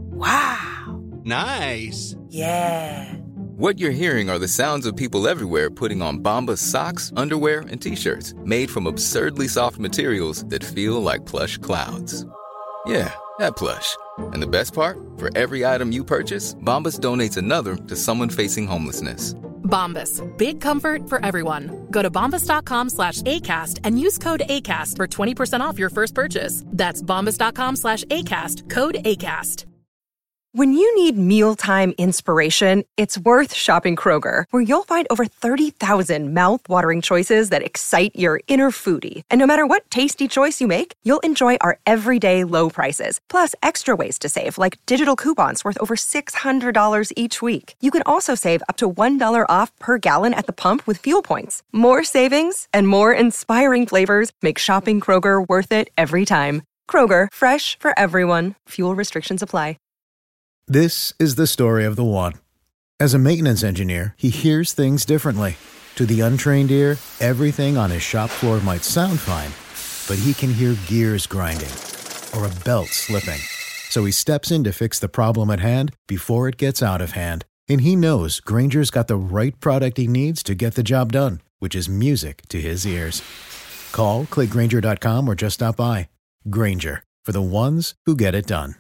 Wow. Nice. Yeah. What you're hearing are the sounds of people everywhere putting on Bombas socks, underwear, and T-shirts made from absurdly soft materials that feel like plush clouds. Yeah, that plush. And the best part? For every item you purchase, Bombas donates another to someone facing homelessness. Bombas. Big comfort for everyone. Go to bombas.com slash ACAST and use code ACAST for twenty percent off your first purchase. That's bombas.com slash ACAST. Code ACAST. When you need mealtime inspiration, it's worth shopping Kroger, where you'll find over thirty thousand mouth-watering choices that excite your inner foodie. And no matter what tasty choice you make, you'll enjoy our everyday low prices, plus extra ways to save, like digital coupons worth over six hundred dollars each week. You can also save up to one dollar off per gallon at the pump with fuel points. More savings and more inspiring flavors make shopping Kroger worth it every time. Kroger, fresh for everyone. Fuel restrictions apply. This is the story of the one. As a maintenance engineer, he hears things differently. To the untrained ear, everything on his shop floor might sound fine, but he can hear gears grinding or a belt slipping. So he steps in to fix the problem at hand before it gets out of hand. And he knows Grainger's got the right product he needs to get the job done, which is music to his ears. Call, click Grainger dot com or just stop by. Grainger, for the ones who get it done.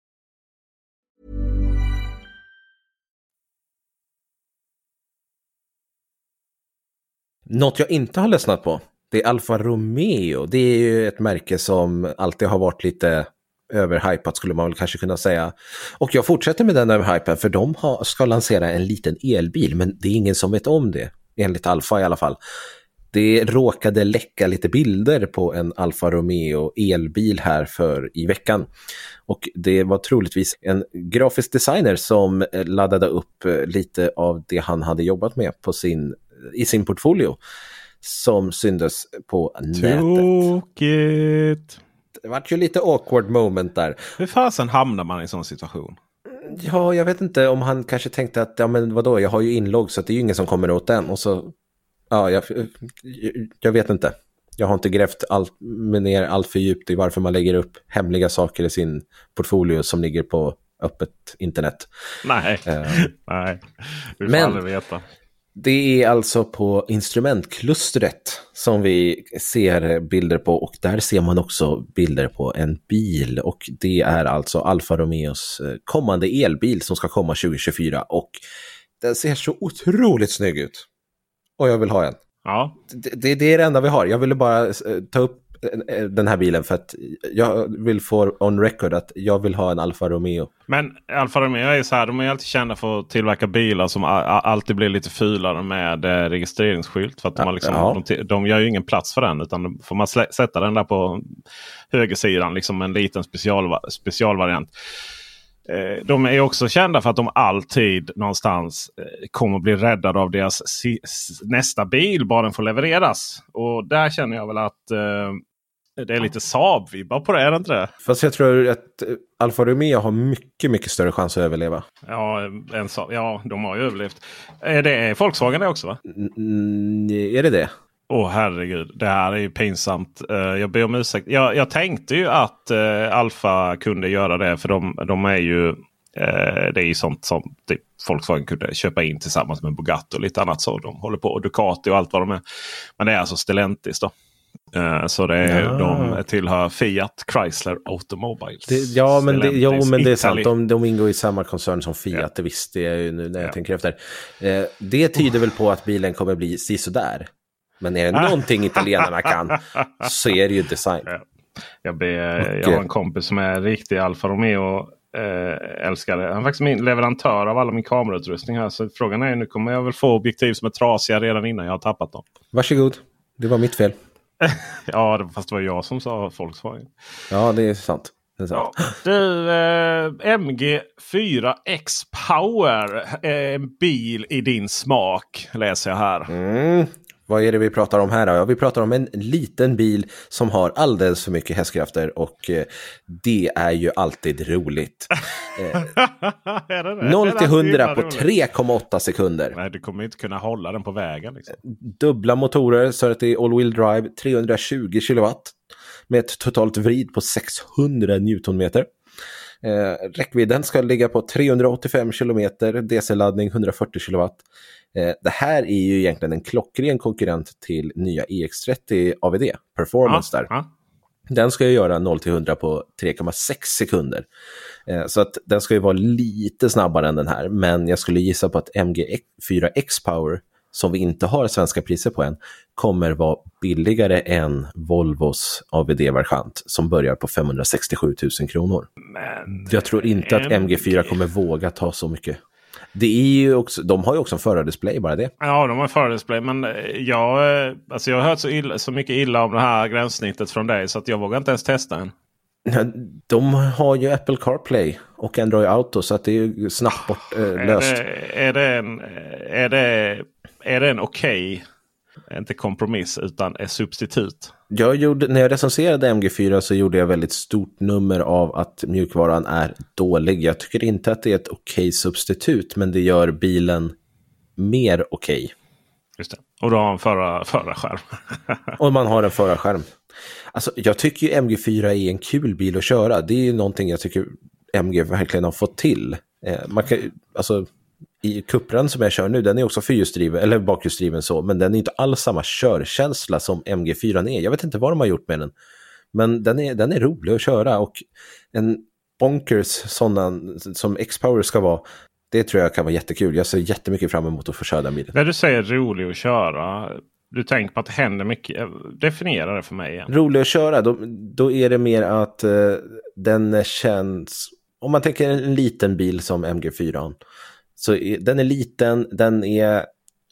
Något jag inte har lyssnat på, det är Alfa Romeo. Det är ju ett märke som alltid har varit lite överhypat skulle man väl kanske kunna säga. Och jag fortsätter med den överhypen för de har, ska lansera en liten elbil, men det är ingen som vet om det, enligt Alfa i alla fall. Det råkade läcka lite bilder på en Alfa Romeo elbil här för i veckan. Och det var troligtvis en grafisk designer som laddade upp lite av det han hade jobbat med på sin, i sin portfolio som syndes på nätet. Tråkigt. Det var ju lite awkward moment där. Hur fasen hamnar man i en sån situation? Ja, jag vet inte om han kanske tänkte att ja men vadå, jag har ju inlogg så att det är ju ingen som kommer åt den. Och så, ja, jag, jag vet inte. Jag har inte grävt allt, ner allt för djupt i varför man lägger upp hemliga saker i sin portfolio som ligger på öppet internet. Nej, uh, nej. Vi får men, aldrig veta. Det är alltså på instrumentklustret som vi ser bilder på, och där ser man också bilder på en bil, och det är alltså Alfa Romeos kommande elbil som ska komma tjugo tjugofyra, och den ser så otroligt snygg ut och jag vill ha en. Ja. Det, det, det är det enda vi har. Jag ville bara ta upp den här bilen för att jag vill få on record att jag vill ha en Alfa Romeo. Men Alfa Romeo är så här, de är alltid kända för att tillverka bilar som alltid blir lite fulare med registreringsskylt, för att de, har liksom, ja. de, de gör ju ingen plats för den, utan de får man slä, sätta den där på högersidan, liksom en liten special, specialvariant. De är också kända för att de alltid någonstans kommer att bli räddade av deras nästa bil, bara den får levereras. Och där känner jag väl att eh, det är lite Saab-vibbar på det, är det inte det? Fast jag tror att Alfa Romeo har mycket, mycket större chans att överleva. Ja, en Saab, ja, de har ju överlevt. Är det Volkswagen det också, va? Mm, är det det? Åh oh, herregud, det här är ju pinsamt. Uh, jag ber om ursäkt. Jag, jag tänkte ju att uh, Alfa kunde göra det, för de, de är ju uh, det är ju sånt som typ, Volkswagen kunde köpa in tillsammans med Bugatti och lite annat, så de håller på, och Ducati och allt vad de är. Men det är alltså Stellantis då. Uh, så det är, ja. De tillhör Fiat Chrysler Automobiles. Det, ja, men det, jo, men det är sant. De, de ingår i samma koncern som Fiat, ja. Det visste jag ju nu när jag ja. tänker efter. Uh, det tyder väl på att bilen kommer bli sisådär. Men är det någonting italienarna kan så är det ju design. Ja. Jag, ber, jag har en kompis som är riktig Alfa Romeo äh, älskare. Han är faktiskt min leverantör av alla min kamerautrustning här. Så frågan är, nu kommer jag väl få objektiv som är trasiga redan innan jag har tappat dem. Varsågod, det var mitt fel. Ja, fast det var jag som sa Volkswagen. Ja, det är sant. Det är sant. Ja. Du, eh, M G fyra X Power är en bil i din smak, läser jag här. Mm. Vad är det vi pratar om här då? Ja, vi pratar om en liten bil som har alldeles för mycket hästkrafter, och eh, det är ju alltid roligt. Eh, är det noll till hundra på tre komma åtta sekunder. Nej, du kommer inte kunna hålla den på vägen. Liksom. Dubbla motorer så att det är all-wheel drive, trehundratjugo kilowatt med ett totalt vrid på sexhundra newtonmeter. Eh, räckvidden ska ligga på trehundraåttiofem kilometer, D C-laddning hundrafyrtio kilowatt. Eh, det här är ju egentligen en klockren konkurrent till nya E X trettio A V D Performance, ah, där. Ah. Den ska ju göra noll till hundra på tre komma sex sekunder. Eh, så att den ska ju vara lite snabbare än den här, men jag skulle gissa på att M G fyra X Power, som vi inte har svenska priser på än, kommer vara billigare än Volvos A V D-variant som börjar på femhundrasextiosju tusen kronor. Men jag tror inte att M G fyra kommer våga ta så mycket. Det är ju också, de har ju också en förardisplay, bara det. Ja, de har en förardisplay, men jag, alltså jag har hört så, illa, så mycket illa om det här gränssnittet från dig, så att jag vågar inte ens testa än. De har ju Apple CarPlay och Android Auto, så att det är ju snabbt bort, äh, löst. Är det, är det en, är det, är det en okej, okay, inte kompromiss utan är substitut? Jag gjorde, när jag recenserade M G fyra så gjorde jag väldigt stort nummer av att mjukvaran är dålig. Jag tycker inte att det är ett okej substitut, men det gör bilen mer okej. Just det. Och då har man förra, förra skärm. Och man har en förarskärm. Alltså, jag tycker ju M G fyra är en kul bil att köra. Det är ju någonting jag tycker M G verkligen har fått till. Eh, man kan, alltså, i Cupran som jag kör nu, den är också fyrhjulsdriven, eller bakhjulsdriven så, men den är inte alls samma körkänsla som M G fyra är. Jag vet inte vad de har gjort med den. Men den är, den är rolig att köra, och en bonkers sådana som X-Power ska vara, det tror jag kan vara jättekul. Jag ser jättemycket fram emot att få köra den bilen. När du säger rolig att köra, du tänker på att det händer mycket. Definiera det för mig igen. Rolig att köra, då, då är det mer att uh, den känns, om man tänker en liten bil som M G fyra, så är, den är liten, den är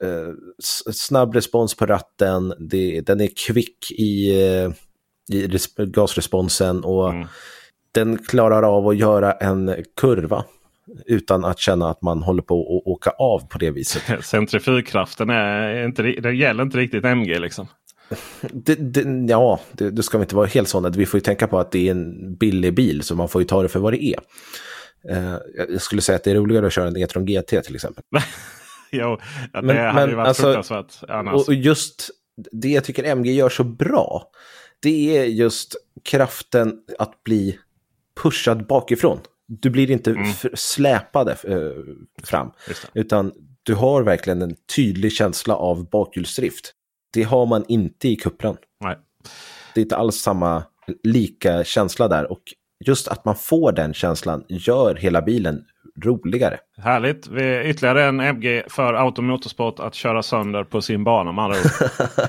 eh, snabb respons på ratten, det, den är kvick i, i res- gasresponsen och mm. den klarar av att göra en kurva utan att känna att man håller på att åka av på det viset. Centrifugkraften är inte, det gäller inte riktigt M G liksom. Det, det, ja, det, det ska vi inte vara helt sådana. Vi får ju tänka på att det är en billig bil, så man får ju ta det för vad det är. Uh, jag skulle säga att det är roligare att köra en E-tron G T till exempel. Jo, ja, det men, hade men, ju varit alltså, fruktansvärt annars. Och just det jag tycker M G gör så bra, det är just kraften att bli pushad bakifrån. Du blir inte mm. f- släpad äh, fram, utan du har verkligen en tydlig känsla av bakhjulsdrift. Det har man inte i Cupran. Nej. Det är inte alls samma lika känsla där, och just att man får den känslan gör hela bilen roligare. Härligt. Vi är ytterligare en M G för Automotorsport att köra sönder på sin bana med andra ord.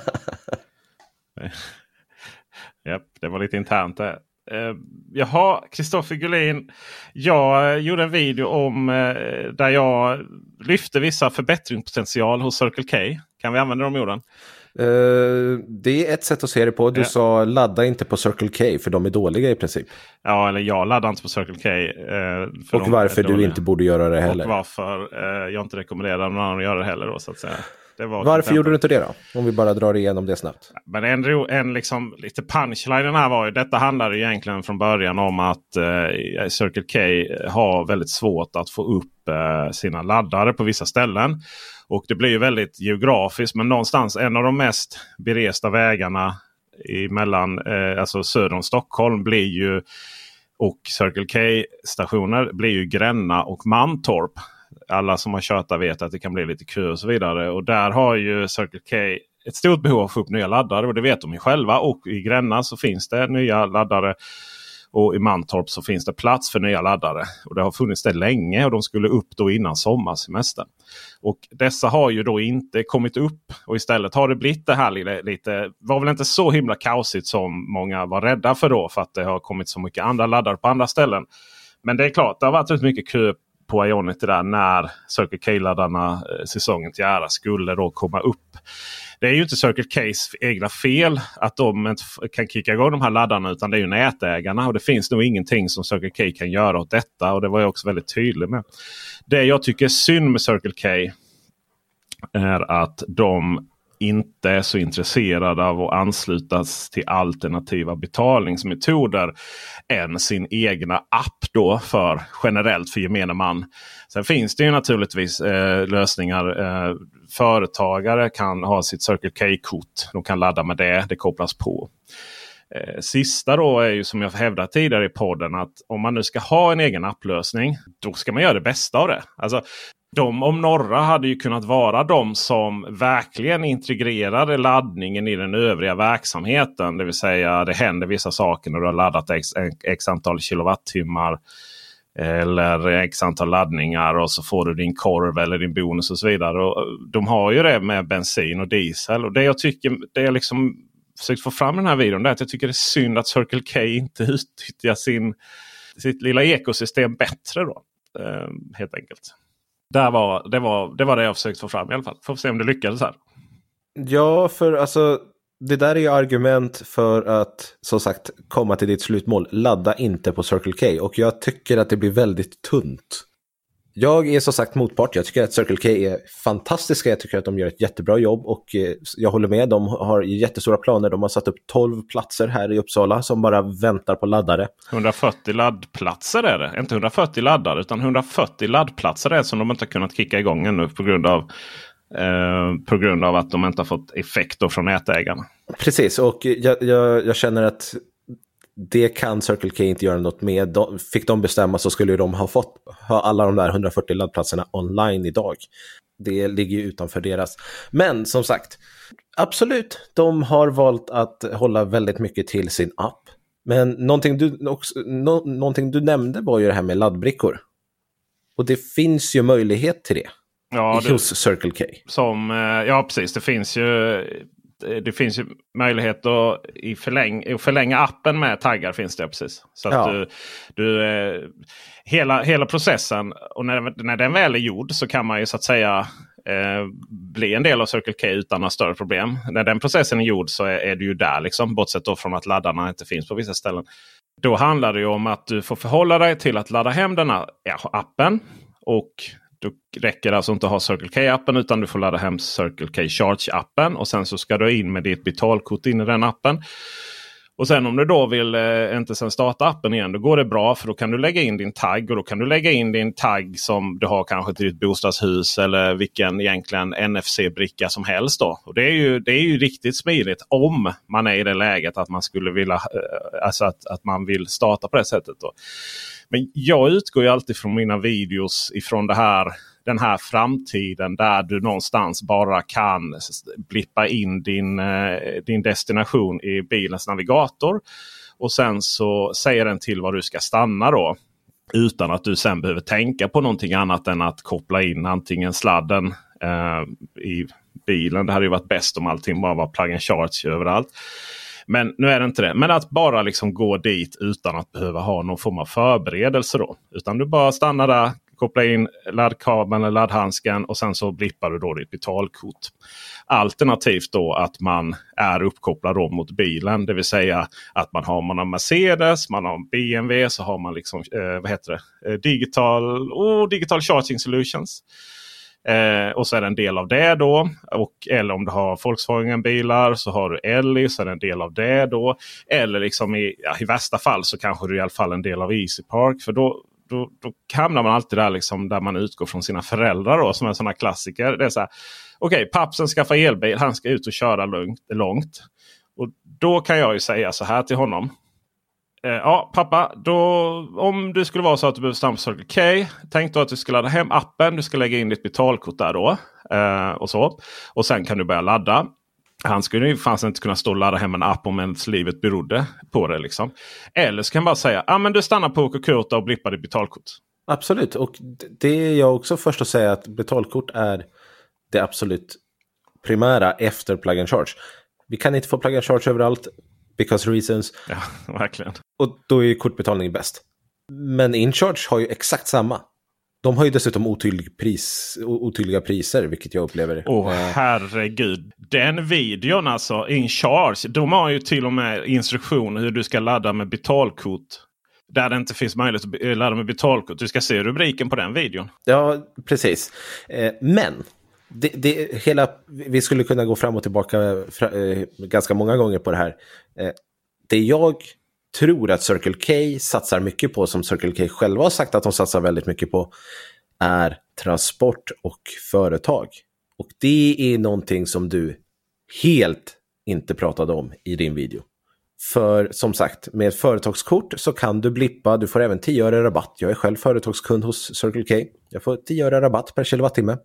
Japp, det var lite internt där. Uh, jaha, Kristoffer Gullin. Jag gjorde en video om uh, där jag lyfte vissa förbättringspotential hos Circle K. Kan vi använda de orden? Uh, det är ett sätt att se det på. Du ja. sa ladda inte på Circle K för de är dåliga i princip. Ja, eller jag laddar inte på Circle K. Uh, för och varför du inte borde göra det heller. Och varför uh, jag inte rekommenderar någon annan att göra det heller då, så att säga. Det var varför gjorde du inte det då? Om vi bara drar igenom det snabbt. Men en, en liksom, lite punchline här var ju, detta handlade ju egentligen från början om att eh, Circle K har väldigt svårt att få upp eh, sina laddare på vissa ställen. Och det blir ju väldigt geografiskt, men någonstans en av de mest beresta vägarna emellan, eh, alltså söder om Stockholm blir ju, och Circle K-stationer blir ju Gränna och Mantorp. Alla som har kört där vet att det kan bli lite kö och så vidare. Och där har ju Circle K ett stort behov av att få upp nya laddare. Och det vet de ju själva. Och i Gränna så finns det nya laddare. Och i Mantorp så finns det plats för nya laddare. Och det har funnits det länge. Och de skulle upp då innan sommarsemestern. Och dessa har ju då inte kommit upp. Och istället har det blivit det här lite, lite... var väl inte så himla kaosigt som många var rädda för då. För att det har kommit så mycket andra laddare på andra ställen. Men det är klart, det har varit väldigt mycket kö på Ionity där när Circle K-laddarna eh, säsongen till ära skulle då komma upp. Det är ju inte Circle K's egna fel att de inte kan kicka igång de här laddarna, utan det är ju nätägarna, och det finns nog ingenting som Circle K kan göra åt detta, och det var jag också väldigt tydlig med. Det jag tycker är synd med Circle K är att de inte är så intresserade av att anslutas till alternativa betalningsmetoder än sin egna app då för generellt för gemene man. Sen finns det ju naturligtvis eh, lösningar. Eh, företagare kan ha sitt Circle K-kort. De kan ladda med det. Det kopplas på. Eh, sista då är ju, som jag hävdat tidigare i podden, att om man nu ska ha en egen applösning, då ska man göra det bästa av det. Alltså, de om några hade ju kunnat vara de som verkligen integrerade laddningen i den övriga verksamheten. Det vill säga, det händer vissa saker när du har laddat x, x antal kilowattimmar eller x antal laddningar, och så får du din korv eller din bonus och så vidare. Och de har ju det med bensin och diesel. Och det jag tycker, det jag liksom försökt få fram i den här videon, är att jag tycker det är synd att Circle K inte utnyttjar sin, sitt lilla ekosystem bättre då. Eh, helt enkelt. Där var, det, var, det var det jag försökt få fram i alla fall. Får se om det lyckades här. Ja, för alltså det där är ju argument för att, som sagt, komma till ditt slutmål. Ladda inte på Circle K. Och jag tycker att det blir väldigt tunt. Jag är som sagt motpart. Jag tycker att Circle K är fantastiska. Jag tycker att de gör ett jättebra jobb. Och jag håller med. De har jättestora planer. De har satt upp tolv platser här i Uppsala som bara väntar på laddare. hundrafyrtio laddplatser är det. Inte hundrafyrtio laddare, utan hundrafyrtio laddplatser är det som de inte har kunnat kicka igång ännu på grund av Eh, på grund av att de inte har fått effekt från nätägarna. Precis, och jag, jag, jag känner att det kan Circle K inte göra något med. De, fick de bestämma så skulle de ha fått ha alla de där hundrafyrtio laddplatserna online idag. Det ligger ju utanför deras. Men som sagt, absolut, de har valt att hålla väldigt mycket till sin app. Men någonting du, också, no, någonting du nämnde var ju det här med laddbrickor. Och det finns ju möjlighet till det. Ja, det, hos Circle K. Som, ja, precis. Det finns ju, det finns ju möjlighet att i förläng, förlänga appen med taggar, finns det precis. Så att ja. du, du hela, hela processen, och när, när den väl är gjord så kan man ju så att säga eh, bli en del av Circle K utan några större problem. När den processen är gjord så är, är du ju där liksom, bortsett då från att laddarna inte finns på vissa ställen. Då handlar det ju om att du får förhålla dig till att ladda hem den här ja, appen. Och då räcker det alltså inte att ha Circle K-appen, utan du får ladda hem Circle K Charge-appen. Och sen så ska du in med ditt betalkort in i den appen. Och sen om du då vill eh, inte sen starta appen igen, då går det bra, för då kan du lägga in din tagg. Och då kan du lägga in din tagg som du har kanske till ditt bostadshus eller vilken egentligen N F C-bricka som helst då. Och det är ju, det är ju riktigt smidigt om man är i det läget att man skulle vilja, eh, alltså att, att man vill starta på det sättet då. Men jag utgår ju alltid från mina videos ifrån det här, den här framtiden där du någonstans bara kan blippa in din, din destination i bilens navigator. Och sen så säger den till var du ska stanna då. Utan att du sen behöver tänka på någonting annat än att koppla in antingen sladden eh, i bilen. Det hade ju varit bäst om allting bara var plug and charge överallt. Men nu är det inte det. Men att bara liksom gå dit utan att behöva ha någon form av förberedelse då. Utan du bara stannar där, koppla in laddkabeln eller laddhandsken och sen så blippar du då ditt betalkort. Alternativt då att man är uppkopplad då mot bilen. Det vill säga att man har, man har Mercedes, man har B M W, så har man liksom, eh, vad heter det? Eh, digital, oh, digital charging solutions. Eh, och så är det en del av det då. Och, eller om du har Volkswagen-bilar så har du Elli, så är det en del av det då. Eller liksom i, ja, i värsta fall så kanske du i alla fall en del av Easy Park. För då, då, då hamnar man alltid där liksom, där man utgår från sina föräldrar då, som är sådana klassiker. Det är så här, okej, okay, pappsen skaffar elbil, han ska ut och köra långt, långt. Och då kan jag ju säga så här till honom. Ja, pappa, då, om det skulle vara så att du behöver stanna på Circle K, tänk då att du ska ladda hem appen, du ska lägga in ditt betalkort där då, eh, och så. Och sen kan du börja ladda. Han skulle ju fanns inte kunna stå och ladda hem en app om ens livet berodde på det liksom. Eller så kan man bara säga, ja ah, men du stannar på Coca-Cola och blippar ditt betalkort. Absolut, och det är jag också först att säga att betalkort är det absolut primära efter plug and charge. Vi kan inte få plug and charge överallt. Because reasons. Ja, verkligen. Och då är ju kortbetalning bäst. Men InCharge har ju exakt samma. De har ju dessutom otydlig pris, otydliga priser, vilket jag upplever. Åh, oh, herregud. Den videon alltså, InCharge, de har ju till och med instruktioner hur du ska ladda med betalkort. Där det inte finns möjlighet att ladda med betalkort. Du ska se rubriken på den videon. Ja, precis. Eh, men... Det, det, hela, vi skulle kunna gå fram och tillbaka fra, eh, ganska många gånger på det här. Eh, det jag tror att Circle K satsar mycket på, som Circle K själva har sagt att de satsar väldigt mycket på, är transport och företag. Och det är någonting som du helt inte pratade om i din video. För som sagt, med ett företagskort så kan du blippa, du får även tio öre rabatt. Jag är själv företagskund hos Circle K. Jag får tio öre rabatt per kilowattimme.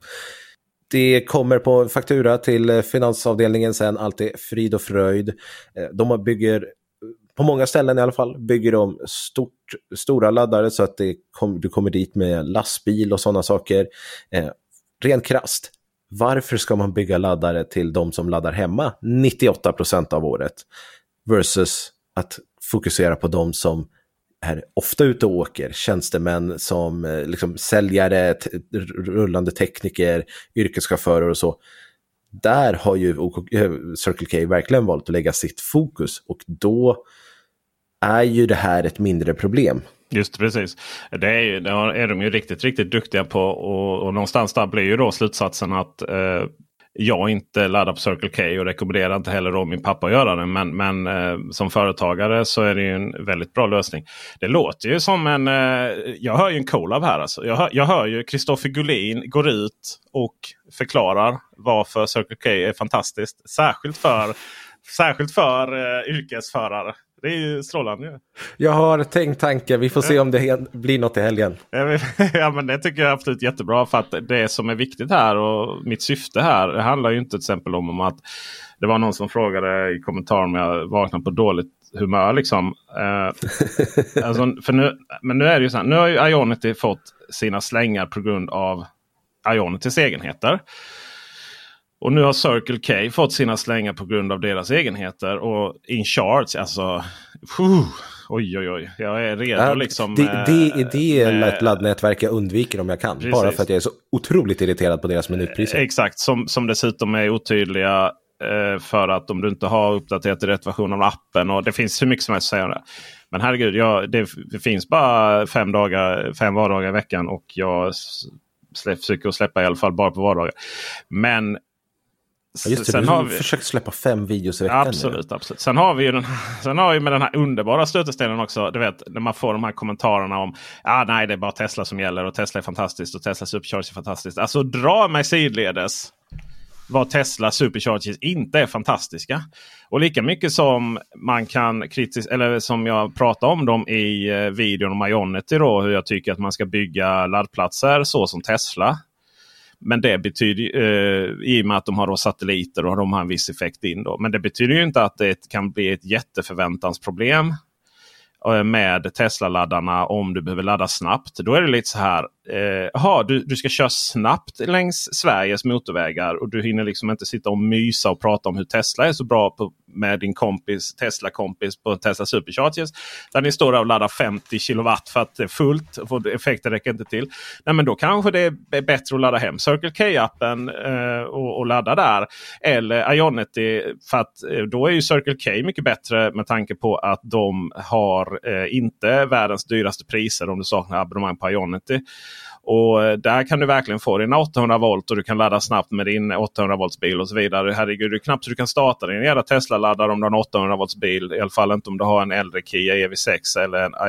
Det kommer på faktura till finansavdelningen sen, allt är frid och fröjd. De bygger, på många ställen i alla fall, bygger de stort, stora laddare så att det kom, du kommer dit med lastbil och sådana saker. Eh, rent krasst, varför ska man bygga laddare till de som laddar hemma nittioåtta procent av året versus att fokusera på de som är ofta ute och åker, tjänstemän som liksom säljare, t- rullande tekniker, yrkeschaufförer och så. Där har ju Circle K verkligen valt att lägga sitt fokus, och då är ju det här ett mindre problem. Just precis. Det är, ju, det är de ju riktigt, riktigt duktiga på, och, och någonstans där blir ju då slutsatsen att eh, jag inte laddar på Circle K och rekommenderar inte heller då min pappa att göra det. Men, men eh, som företagare så är det ju en väldigt bra lösning. Det låter ju som en... Eh, jag hör ju en collab här alltså. Jag hör, jag hör ju Kristoffer Gullin går ut och förklarar varför Circle K är fantastiskt. Särskilt för, särskilt för eh, yrkesförare. Det är ju strålande. Jag har tänkt tanke. Vi får se om det blir något i helgen. Ja, men det tycker jag är absolut jättebra. För att det som är viktigt här, och mitt syfte här, det handlar ju inte till exempel om, om att det var någon som frågade i kommentaren om jag vaknade på dåligt humör liksom. Eh, alltså, för nu, men nu är det ju så här, nu har ju Ionity fått sina slängar på grund av Ionitys egenheter. Och nu har Circle K fått sina slängar på grund av deras egenheter. Och InCharge, alltså... Phew, oj oj oj. Jag är redo ja, liksom. Det, det, det är med, ett laddnätverk jag undviker om jag kan. Precis. Bara för att jag är så otroligt irriterad på deras minutpriser. Exakt, som, som dessutom är otydliga eh, för att om du inte har uppdaterat i rätt version av appen. Och det finns hur mycket som helst att säga om det. Men herregud, jag, det, det finns bara fem dagar, fem vardagar i veckan. Och jag slä, försöker släppa i alla fall bara på vardagar. Men ja, just det, sen du har vi försökt släppa fem videos i veckan. Absolut, nu. absolut. Sen har vi ju den här, sen har vi med den här underbara stötestenen också. Du vet, när man får de här kommentarerna om ah, nej, det är bara Tesla som gäller och Tesla är fantastiskt och Tesla Supercharger är fantastiskt. Alltså dra mig sidledes vad Tesla Superchargers inte är fantastiska. Och lika mycket som man kan kritisera, eller som jag pratade om dem i eh, videon om Ionity då, hur jag tycker att man ska bygga laddplatser så som Tesla. Men det betyder eh, i och med att de har då satelliter och de har en viss effekt in då. Men det betyder ju inte att det kan bli ett jätteförväntansproblem eh, med Tesla-laddarna om du behöver ladda snabbt. Då är det lite så här, eh, aha, du, du ska köra snabbt längs Sveriges motorvägar och du hinner liksom inte sitta och mysa och prata om hur Tesla är så bra på, med din kompis, Tesla-kompis på Tesla Superchargers. Där ni står där och laddar femtio kilowatt för att det är fullt och effekten räcker inte till. Nej, men då kanske det är bättre att ladda hem Circle K-appen eh, och, och ladda där. Eller Ionity, för att eh, då är ju Circle K mycket bättre med tanke på att de har eh, inte världens dyraste priser om du saknar abonnemang på Ionity. Och där kan du verkligen få din åttahundra volt och du kan ladda snabbt med din åttahundra volts bil och så vidare. Herregud, det är knappt så du kan starta din jävla Tesla-laddare om du har en åttahundra volts bil. I alla fall inte om du har en äldre Kia E V sex eller en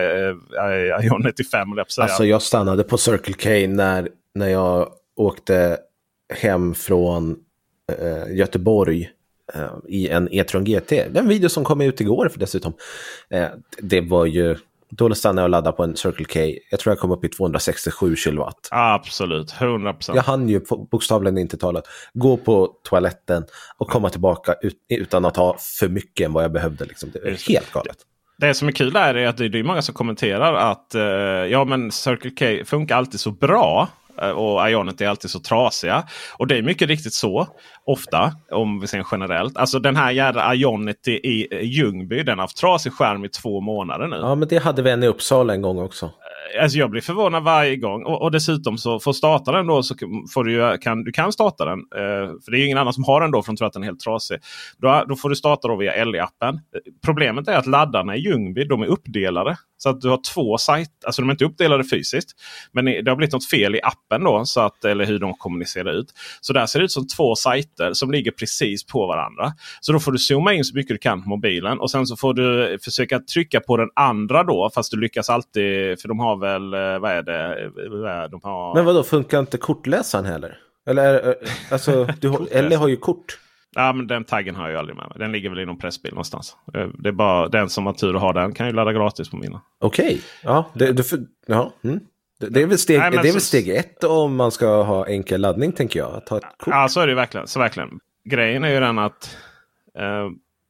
uh, Ionity fem. Alltså jag stannade på Circle K när, när jag åkte hem från uh, Göteborg uh, i en e-tron G T. Den video som kom ut igår för dessutom. Uh, det var ju... Då stannade jag och laddade på en Circle K. Jag tror jag kom upp i tvåhundrasextiosju kilowatt. Absolut, hundra procent. Jag hann ju bokstavligen inte talat gå på toaletten och komma tillbaka ut, utan att ha för mycket än vad jag behövde. Liksom. Det är helt galet. Det som är kul är att det är många som kommenterar att uh, ja, men Circle K funkar alltid så bra. Och Ionity är alltid så trasiga. Och det är mycket riktigt så. Ofta, om vi ser generellt. Alltså den här jävla Ionity i Ljungby, den har haft trasig skärm i två månader nu. Ja, men det hade vi en i Uppsala en gång också. Alltså jag blir förvånad varje gång. Och, och dessutom så får starta den då så får du ju, kan, du kan starta den. Eh, för det är ju ingen annan som har den då för de tror att den är helt trasig. Då, då får du starta då via L E-appen. Problemet är att laddarna i Ljungby, de är uppdelade. Så att du har två sajter, alltså de är inte uppdelade fysiskt. Men det har blivit något fel i appen då, så att, eller hur de kommunicerar ut. Så där ser det ut som två sajter som ligger precis på varandra. Så då får du zooma in så mycket du kan på mobilen. Och sen så får du försöka trycka på den andra då, fast du lyckas alltid, för de har väl, vad är det? De har... Men vadå, funkar inte kortläsaren heller? Eller, alltså, du har, eller har ju kort. Ja, men den taggen har jag ju aldrig med mig. Den ligger väl i någon pressbil någonstans. Det är bara den som har tur att ha den kan ju ladda gratis på mina. Okej, okay. Ja, det, det, ja. Mm. det, det är väl steg, Nej, det är så... väl steg ett om man ska ha enkel laddning, tänker jag. Att ta ett kort. Ja, så är det verkligen. Så verkligen. Grejen är ju den att eh,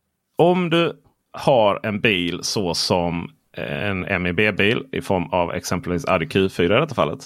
om du har en bil så som en M E B-bil i form av exempelvis Audi Q fyra i detta fallet,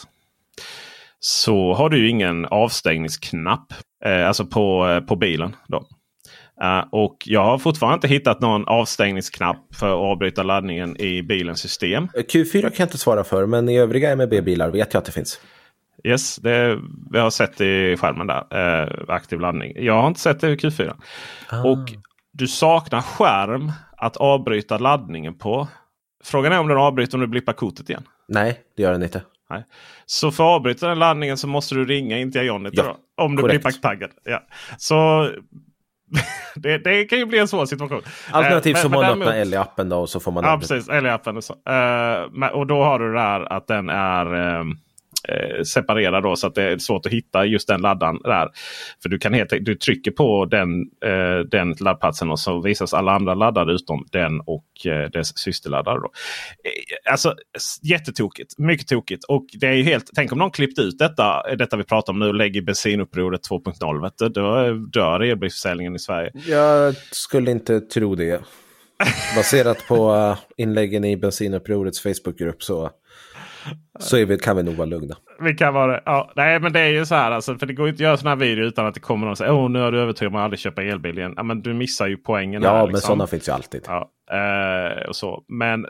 så har du ju ingen avstängningsknapp eh, alltså på, på bilen då. Uh, och jag har fortfarande inte hittat någon avstängningsknapp för att avbryta laddningen i bilens system. Q fyra kan jag inte svara för, men i övriga M E B-bilar vet jag att det finns. Yes, det vi har sett i skärmen där, uh, aktiv laddning. Jag har inte sett det i Q fyra. Ah. Och du saknar skärm att avbryta laddningen på. Frågan är om den avbryter om du blippar kortet igen. Nej, det gör den inte. Nej. Så för att avbryta den laddningen så måste du ringa in till Ionity ja, då, om du korrekt. blir taggad. Ja. Så det, det kan ju bli en svår situation. Alternativt uh, så man öppnar L E-appen då och så får man... Ja, precis. L E-appen och så. Uh, och då har du det där att den är... Uh, separera då, så att det är svårt att hitta just den laddan där. För du kan helt, du trycker på den, eh, den laddplatsen och så visas alla andra laddare utom den och eh, dess systerladdare då. Eh, alltså jättetokigt, mycket tokigt, och det är ju helt, tänk om någon klippt ut detta, detta vi pratar om nu och lägger bensinupproret två punkt noll, vet du, då dör elbilsförsäljningen i Sverige. Jag skulle inte tro det. Baserat på uh, inläggen i bensinupprorets Facebookgrupp så Så är vi, kan vi nog vara lugna. Vi kan vara, ja, nej, men det är ju så här alltså, för det går inte att göra såna här videor utan att det kommer någon och säger åh, nu har du övertygat mig att aldrig köpa elbil igen. Ja, men du missar ju poängen. Ja, här, men liksom. sådana finns ju alltid. Ja, eh, och så. Men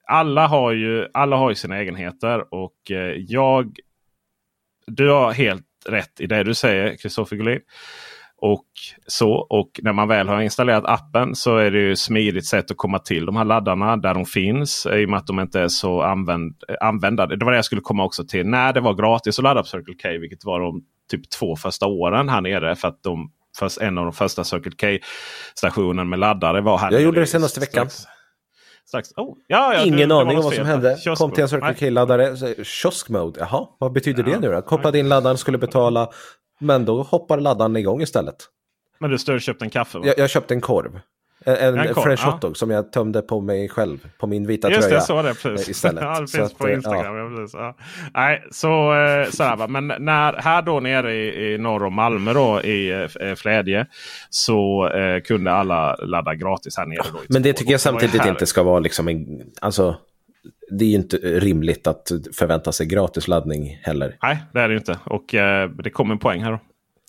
alla har ju alla har ju sina egenheter och eh, jag du har helt rätt i det du säger, Kristoffer Gullin. Och så, och när man väl har installerat appen så är det ju smidigt sätt att komma till de här laddarna där de finns, i och med att de inte är så använd, användade. Det var det jag skulle komma också till. När det var gratis att ladda på Circle K, vilket var de typ två första åren här nere, för att de först, en av de första Circle K-stationen med laddare var här. Jag gjorde det senaste veckan. Strax. Oh, ja, ja, Ingen du, aning om vad som hände. Kiosk Kom till en Circle K-laddare. Kiosk-mode. Jaha, vad betyder ja. det nu då? Kopplade in laddaren, skulle betala. Men då hoppar laddaren igång istället. Men du stod köpte en kaffe, va? Jag, jag köpte en korv. En, en, en korv, fresh ja. hotdog som jag tömde på mig själv. På min vita Just tröja. Just det, så är det. Precis. Istället. Ja, det finns så att, på Instagram. ja. Ja, precis, ja. Nej, så, så här, va. Men när, här då nere i, i norr om Malmö då, i eh, Flädje, så eh, kunde alla ladda gratis här nere. Då, men det tycker jag samtidigt inte ska vara liksom en... Alltså, det är ju inte rimligt att förvänta sig gratis laddning heller. Nej, det är det ju inte. Och eh, det kommer en poäng här då.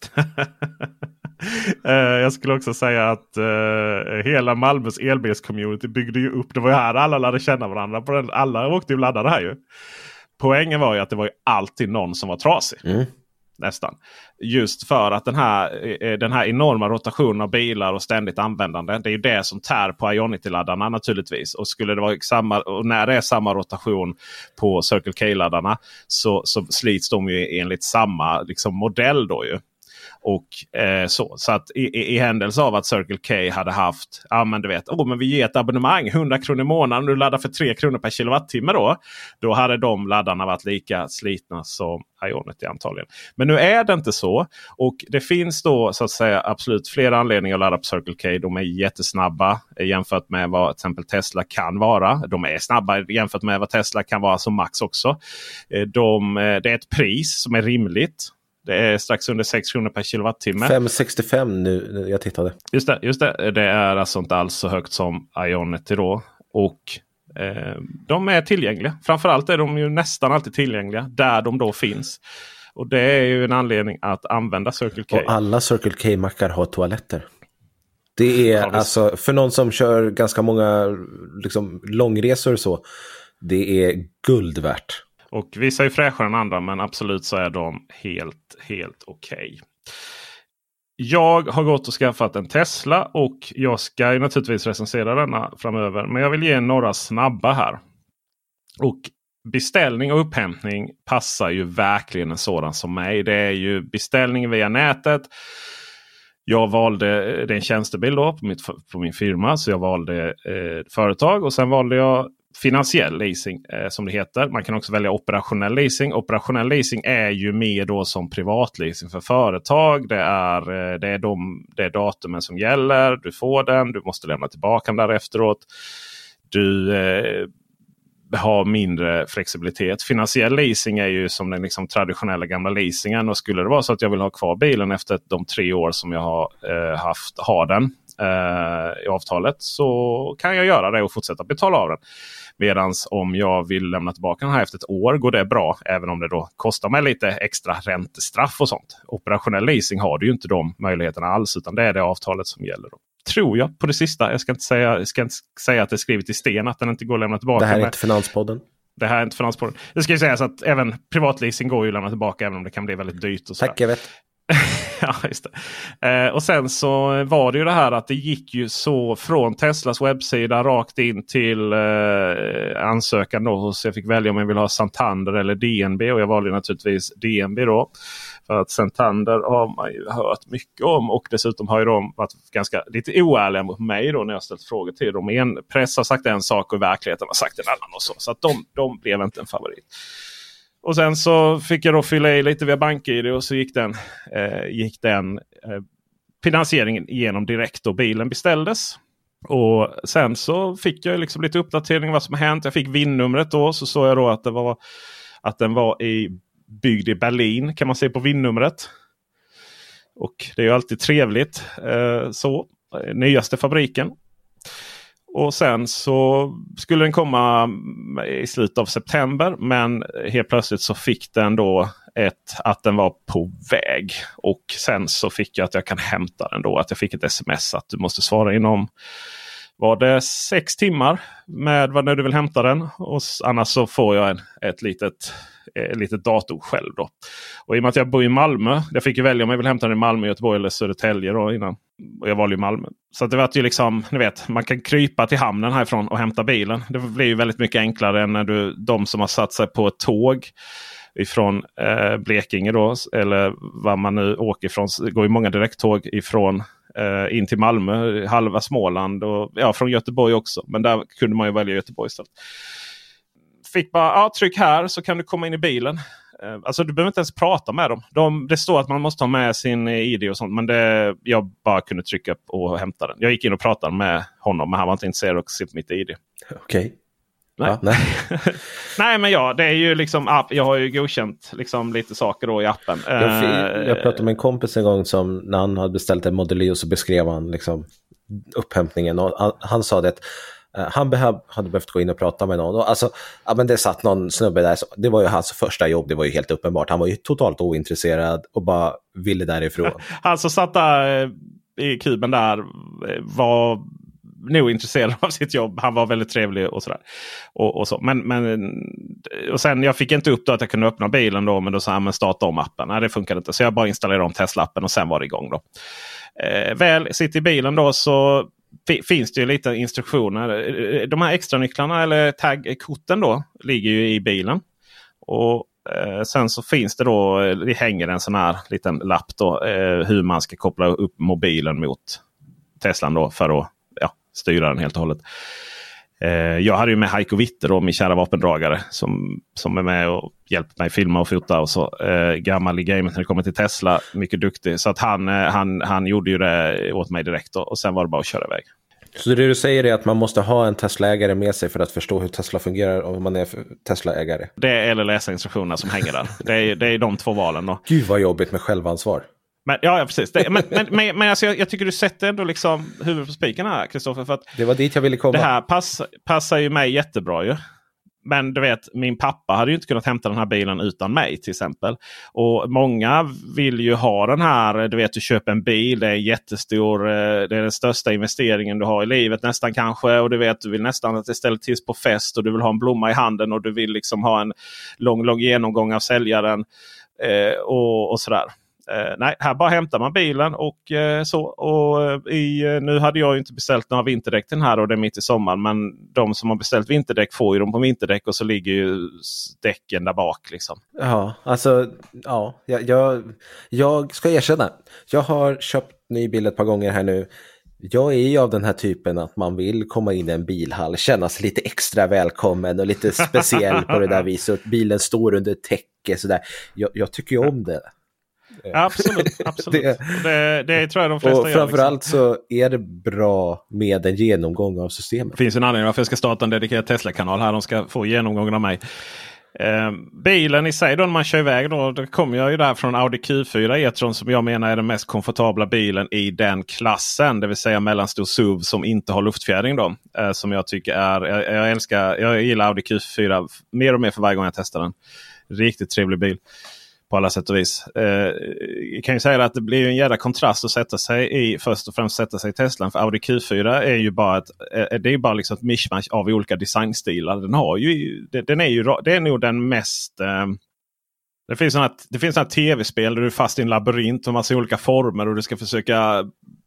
uh, jag skulle också säga att uh, hela Malmös elbilscommunity byggde ju upp. Det var ju här alla lärde känna varandra. På den, alla åkte ju laddade här ju. Poängen var ju att det var ju alltid någon som var trasig. Mm. Nästan. Just för att den här, den här enorma rotationen av bilar och ständigt användande, det är ju det som tär på Ionity-laddarna naturligtvis. Och skulle det vara samma, och när det är samma rotation på Circle K-laddarna så, så slits de ju enligt samma liksom, modell då ju. Och eh, så, så att i, i, i händelse av att Circle K hade haft, ja men du vet, oh, men vi ger ett abonnemang, hundra kronor i månaden, du laddar för tre kronor per kilowattimme då. Då hade de laddarna varit lika slitna som Ionity antagligen. Men nu är det inte så. Och det finns då så att säga absolut flera anledningar att ladda på Circle K. De är jättesnabba jämfört med vad till exempel Tesla kan vara. De är snabba jämfört med vad Tesla kan vara som max också. De, det är ett pris som är rimligt. Det är strax under sex kronor per kilowattimme. fem sextiofem nu, jag tittade. Just det, just det. Det är alltså inte alls så högt som Ionity då. Och eh, de är tillgängliga. Framförallt är de ju nästan alltid tillgängliga där de då finns. Och det är ju en anledning att använda Circle K. Och alla Circle K-mackar har toaletter. Det är ja, alltså, för någon som kör ganska många liksom, långresor och så, det är guld värt. Och vissa är fräschare än andra, men absolut så är de helt, helt okej. Okay. Jag har gått och skaffat en Tesla och jag ska ju naturligtvis recensera denna framöver. Men jag vill ge några snabba här. Och beställning och upphämtning passar ju verkligen en sådan som mig. Det är ju beställning via nätet. Jag valde, det är en tjänstebil då på, mitt, på min firma, så jag valde eh, företag och sen valde jag finansiell leasing eh, som det heter. Man kan också välja operationell leasing. Operationell leasing är ju mer då som privatleasing för företag. Det är, eh, det är, de, det är datumen som gäller. Du får den, du måste lämna tillbaka den där efteråt. Du eh, har mindre flexibilitet. Finansiell leasing är ju som den liksom traditionella gamla leasingen. Och skulle det vara så att jag vill ha kvar bilen efter de tre år som jag har eh, haft ha den eh, i avtalet, så kan jag göra det och fortsätta betala av den. Medans om jag vill lämna tillbaka den här efter ett år går det bra, även om det då kostar mig lite extra räntestraff och sånt. Operationell leasing har du ju inte de möjligheterna alls, utan det är det avtalet som gäller då. Tror jag på det sista. Jag ska inte säga, jag ska inte säga att det är skrivet i sten att den inte går att lämna tillbaka. Det här är med. inte Finanspodden. Det här är inte Finanspodden. Det ska ju sägas att även privatleasing går ju att lämna tillbaka, även om det kan bli väldigt dyrt. Och tack, jag vet. Ja, just det. Eh, och sen så var det ju det här att det gick ju så från Teslas webbsida rakt in till eh, ansökan då. Så jag fick välja om jag vill ha Santander eller D N B, och jag valde naturligtvis D N B då. För att Santander har man ju hört mycket om, och dessutom har ju de varit ganska lite oärliga mot mig då när jag ställt frågor till dem. En press har sagt en sak och verkligheten har sagt en annan och så. Så att de, de blev inte en favorit. Och sen så fick jag då fylla i lite via BankID, och så gick den, eh, gick den eh, finansieringen igenom direkt, och bilen beställdes. Och sen så fick jag liksom lite uppdatering vad som har hänt. Jag fick V I N-numret då, så såg jag då att, det var, att den var i, byggd i Berlin, kan man se på V I N-numret. Och det är ju alltid trevligt. Eh, så, nyaste fabriken. Och sen så skulle den komma i slutet av september. Men helt plötsligt så fick den då ett, att den var på väg. Och sen så fick jag att jag kan hämta den då. Att jag fick ett sms att du måste svara inom var det sex timmar med vad när du vill hämta den. Och annars så får jag en, ett litet, ett litet dator själv då. Och i och med att jag bor i Malmö, jag fick ju välja om jag vill hämta den i Malmö, Göteborg eller Södertälje då innan. Och jag valde ju Malmö. Så att det var ju liksom, ni vet, man kan krypa till hamnen härifrån och hämta bilen. Det blir ju väldigt mycket enklare än när du, de som har satt sig på ett tåg ifrån eh, Blekinge då, eller vad man nu åker ifrån. Det går ju många direkttåg ifrån eh, in till Malmö, halva Småland och ja, från Göteborg också. Men där kunde man ju välja Göteborg istället. Fick bara, ja, tryck här så kan du komma in i bilen. Eh, alltså du behöver inte ens prata med dem. De, det står att man måste ha med sin I D och sånt, men det, jag bara kunde trycka upp och hämta den. Jag gick in och pratade med honom, men han var inte intresserad av att se på mitt I D. Okej. Okay. Nej. Ja, nej. nej men ja, det är ju liksom app. Jag har ju godkänt liksom lite saker då i appen. Jag, jag pratade med en kompis en gång som när han hade beställt en Model Y och så beskrev han liksom upphämtningen och han, han sa det att uh, han behöv, hade behövt gå in och prata med någon och alltså, ja, men det satt någon snubbe där, så, det var ju hans första jobb, det var ju helt uppenbart, han var ju totalt ointresserad och bara ville därifrån. Han som satt där i kuben där var nog intresserad av sitt jobb. Han var väldigt trevlig och sådär. Och, och så. Men, men, och sen jag fick inte upp då att jag kunde öppna bilen då, men då sa han men starta om appen. Nej, det funkade inte. Så jag bara installerade om Tesla-appen och sen var det igång då. Eh, väl sitter i bilen då så f- finns det ju lite instruktioner. De här extra nycklarna eller taggkorten då ligger ju i bilen. Och eh, sen så finns det då, det hänger en sån här liten lapp då, eh, hur man ska koppla upp mobilen mot Teslan då för att styra den helt och hållet. Eh, jag hade ju med Heiko Witter då, min kära vapendragare som, som är med och hjälper mig filma och fota och så. Eh, gammal i gamet när det kommer till Tesla. Mycket duktig. Så att han, han, han gjorde ju det åt mig direkt då, och sen var det bara att köra iväg. Så det du säger är att man måste ha en Tesla-ägare med sig för att förstå hur Tesla fungerar om man är Tesla-ägare? Det är eller läsa instruktionerna som hänger där. Det är, det är de två valen då. Gud vad jobbigt med självansvar. Men, ja, ja, precis. Det, men men, men, men alltså, jag, jag tycker du sätter ändå liksom huvudet på spiken här, Kristoffer. För att det var dit jag ville komma. Det här pass, passar ju mig jättebra ju. Men du vet, min pappa hade ju inte kunnat hämta den här bilen utan mig till exempel. Och många vill ju ha den här, du vet, du köper en bil, det är jättestor, det är den största investeringen du har i livet nästan kanske. Och du vet, du vill nästan att det ställer till på fest och du vill ha en blomma i handen och du vill liksom ha en lång, lång genomgång av säljaren eh, och, och sådär. Uh, nej, här bara hämtar man bilen och uh, så. Och uh, i, uh, nu hade jag ju inte beställt några vinterdäck den här och det är mitt i sommaren. Men de som har beställt vinterdäck får ju dem på vinterdäck och så ligger ju däcken där bak liksom. Ja, alltså ja, jag, jag, jag ska erkänna. Jag har köpt ny bil ett par gånger här nu. Jag är ju av den här typen att man vill komma in i en bilhall, känna sig lite extra välkommen och lite speciell på det där viset. Bilen står under täcke sådär. Jag, jag tycker ju om det. Absolut, absolut. det, det, det tror jag de flesta och gör. Framförallt liksom. Så är det bra med en genomgång av systemet. Det finns en anledning varför jag ska starta en dedikerad Tesla-kanal här. De ska få genomgången av mig. Eh, bilen i sig då när man kör iväg då, då kommer jag ju där från Audi Q fyra e-tron som jag menar är den mest komfortabla bilen i den klassen. Det vill säga mellanstor S U V som inte har luftfjädring då. Eh, som jag tycker är, jag, jag älskar, jag gillar Audi Q fyra mer och mer för varje gång jag testar den. Riktigt trevlig bil. På alla sätt och vis. Eh, jag kan ju säga att det blir en jävla kontrast att sätta sig i, först och främst sätta sig i Teslan. För Audi Q fyra är ju bara ett, det är ju bara liksom ett mishmash av olika designstilar. Den har ju, den är ju, det är nog den mest, eh, det finns sådana, det finns sådana tv-spel där du är fast i en labyrint och massa olika former och du ska försöka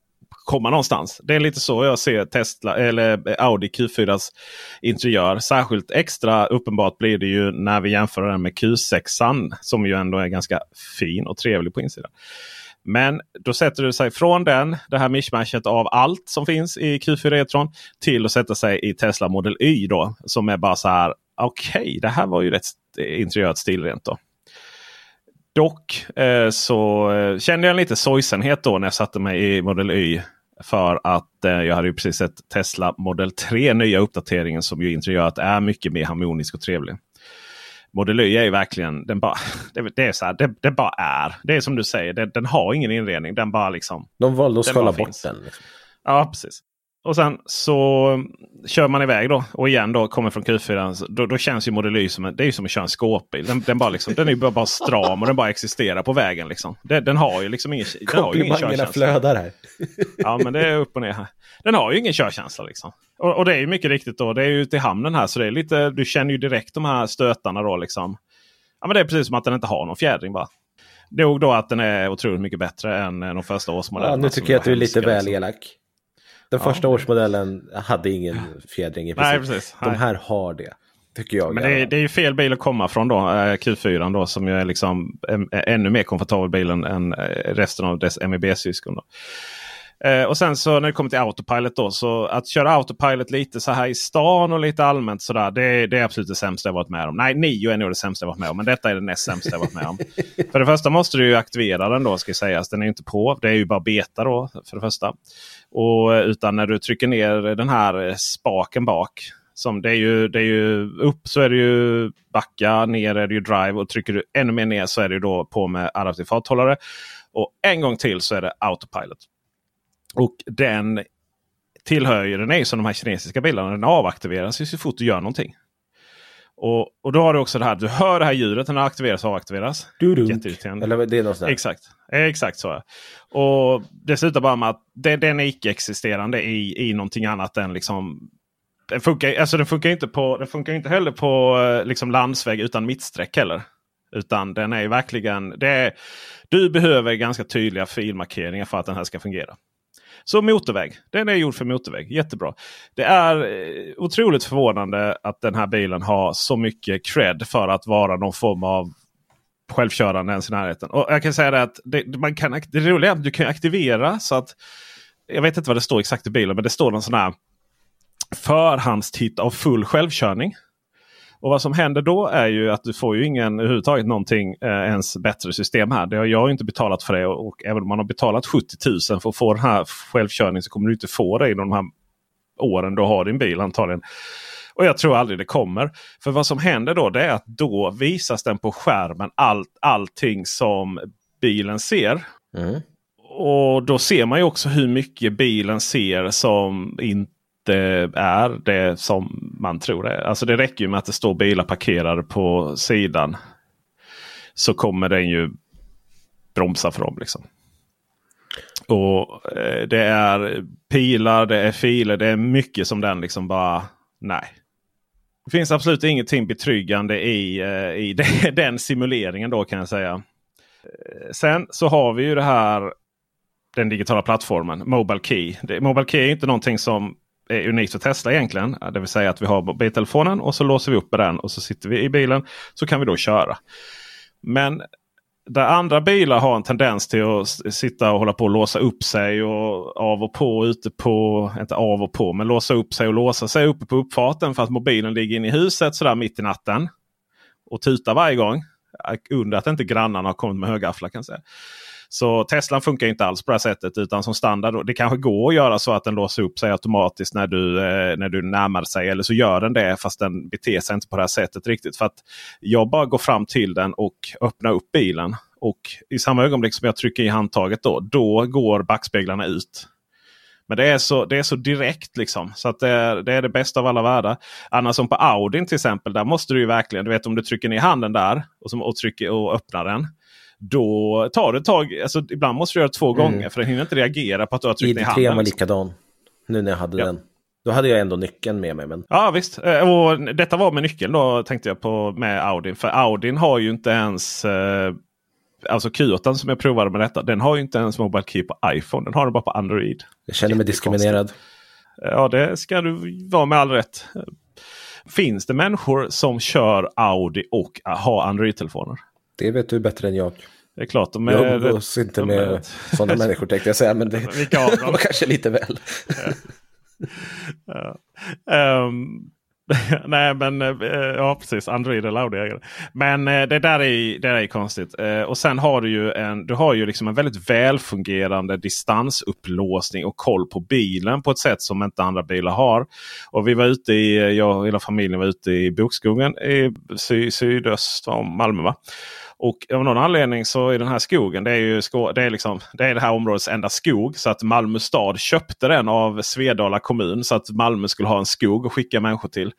komma någonstans. Det är lite så jag ser Tesla eller Audi Q fyras interiör. Särskilt extra uppenbart blir det ju när vi jämför den med Q sexan som ju ändå är ganska fin och trevlig på insidan. Men då sätter du sig från den, det här mishmashet av allt som finns i Q fyra e-tron till att sätta sig i Tesla Model Y då. Som är bara så här, okej, okay, det här var ju rätt interiört stilrent då. Dock eh, så eh, kände jag en lite sorgsenhet då när jag satte mig i Model Y. För att eh, jag hade ju precis sett Tesla Model tre nya uppdateringen som ju interiört är mycket mer harmonisk och trevlig. Model Y är ju verkligen, den bara, det, det är så här, det, det bara är. Det är som du säger, det, den har ingen inredning, den bara liksom. De valde att skala bort finns. Den. Liksom. Ja, precis. Och sen så kör man iväg då. Och igen då kommer från Q fyra. Då, då känns ju Model Y som, det är ju som att köra en skåpbil. Den, den, bara liksom, den är ju bara, bara stram och den bara existerar på vägen. Liksom. Den, den har ju liksom ingen, den har ju ingen körkänsla. Flödar här. Ja, men det är upp och ner här. Den har ju ingen körkänsla liksom. Och, och det är ju mycket riktigt då. Det är ju ute i hamnen här. Så det är lite, du känner ju direkt de här stötarna då liksom. Ja, men det är precis som att den inte har någon fjädring bara. Nog då att den är otroligt mycket bättre än de första årsmodellerna. Ja, nu tycker jag att du är lite väl liksom. elak. Den första ja. årsmodellen hade ingen fjädring i princip. Nej, precis. De här har det, tycker jag. Men det är, det är ju fel bil att komma från då, Q fyra då, som ju är liksom en, en, ännu mer komfortabel bilen än resten av dess M E B-syskon då. Eh, och sen så när det kommer till autopilot då, så att köra autopilot lite så här i stan och lite allmänt sådär, det, det är absolut det sämsta jag varit med om. Nej, nio är nog det sämsta jag varit med om, men detta är det näst sämsta jag varit med om. För det första måste du ju aktivera den då, ska sägas. Den är ju inte på, det är ju bara beta då för det första. Och utan när du trycker ner den här spaken bak, som det är ju, det är ju upp så är det ju backa, ner är det ju drive, och trycker du ännu mer ner så är det ju då på med adaptiv farthållare. Och en gång till så är det autopilot. Och den tillhör ju, den är ju som de här kinesiska bilarna, den avaktiveras ju så fort du gör någonting. Och, och då har du också det här, du hör det här ljudet när den aktiveras och avaktiveras. Jätteirriterande. Eller det är något sådär. Exakt, exakt så. Och det slutar bara med att det, den är icke-existerande i, i någonting annat än liksom... Den funkar, alltså den funkar inte på, den funkar inte heller på liksom landsväg utan mittsträck heller. Utan den är ju verkligen... Det är, du behöver ganska tydliga filmarkeringar för att den här ska fungera. Så motorväg. Den är gjord för motorväg. Jättebra. Det är otroligt förvånande att den här bilen har så mycket cred för att vara någon form av självkörande ens i närheten. Och jag kan säga det att det, man kan, det roliga är att du kan aktivera så att, jag vet inte vad det står exakt i bilen, men det står någon sån här förhandstitt av full självkörning. Och vad som händer då är ju att du får ju ingen överhuvudtaget någonting eh, ens bättre system här. Det har jag inte betalat för det, och, och även om man har betalat sjuttio tusen för att få den här självkörningen så kommer du inte få det i de här åren du har din bil antagligen. Och jag tror aldrig det kommer. För vad som händer då, det är att då visas den på skärmen allt, allting som bilen ser. Mm. Och då ser man ju också hur mycket bilen ser som inte är det som man tror det är. Alltså det räcker ju med att det står bilar parkerade på sidan, så kommer den ju bromsa för dem liksom. Och eh, det är pilar, det är filer, det är mycket som den liksom bara, nej. Det finns absolut ingenting betryggande i, eh, i det, den simuleringen då, kan jag säga. Eh, sen så har vi ju det här, den digitala plattformen, Mobile Key. Det, Mobile Key är inte någonting som är unikt för Tesla egentligen. Det vill säga att vi har biltelefonen och så låser vi upp med den och så sitter vi i bilen, så kan vi då köra. Men där andra bilar har en tendens till att sitta och hålla på och låsa upp sig och av och på ute på, inte av och på, men låsa upp sig och låsa sig uppe på uppfarten för att mobilen ligger inne i huset sådär mitt i natten och tutar varje gång. Under att inte grannarna har kommit med högafflar, kan jag säga. Så Tesla funkar inte alls på det här sättet, utan som standard. Det kanske går att göra så att den låser upp sig automatiskt när du, eh, när du närmar sig. Eller så gör den det, fast den beter sig inte på det här sättet riktigt. För att jag bara går fram till den och öppnar upp bilen. Och i samma ögonblick som jag trycker i handtaget då, då går backspeglarna ut. Men det är så, det är så direkt liksom. Så att det är, det är det bästa av alla världar. Annars som på Audi till exempel, där måste du ju verkligen, du vet om du trycker ner handen där och, som, och, trycker, och öppnar den. Då tar det ett tag, alltså ibland måste du göra två mm. gånger för den hinner inte reagera på att du har tryckt ner handen. I D tre var likadan, nu när jag hade ja. den. Då hade jag ändå nyckeln med mig. Men... Ja visst, och detta var med nyckeln då, tänkte jag på med Audi. För Audi har ju inte ens, eh, alltså Q åtta som jag provade med detta, den har ju inte ens Mobile Key på iPhone, den har den bara på Android. Jag känner mig diskriminerad. Ja, det ska du vara med all rätt. Finns det människor som kör Audi och har Android-telefoner? Det vet du bättre än jag. Det är klart. De är, jag umgås inte med är... sådana människor, tänkte jag säga. Men det var kanske lite väl. ja. Ja. Um, nej, men ja, precis. Android eller Audi. Men det där är, det där är konstigt. Och sen har du ju en, du har ju liksom en väldigt välfungerande distansupplåsning och koll på bilen på ett sätt som inte andra bilar har. Och vi var ute i, jag och hela familjen var ute i Bokskogen i sy, sydöst om Malmö, va? Och av någon anledning så i den här skogen, det är ju sko- det är liksom det är det här områdets enda skog, så att Malmö stad köpte den av Svedala kommun så att Malmö skulle ha en skog och skicka människor till.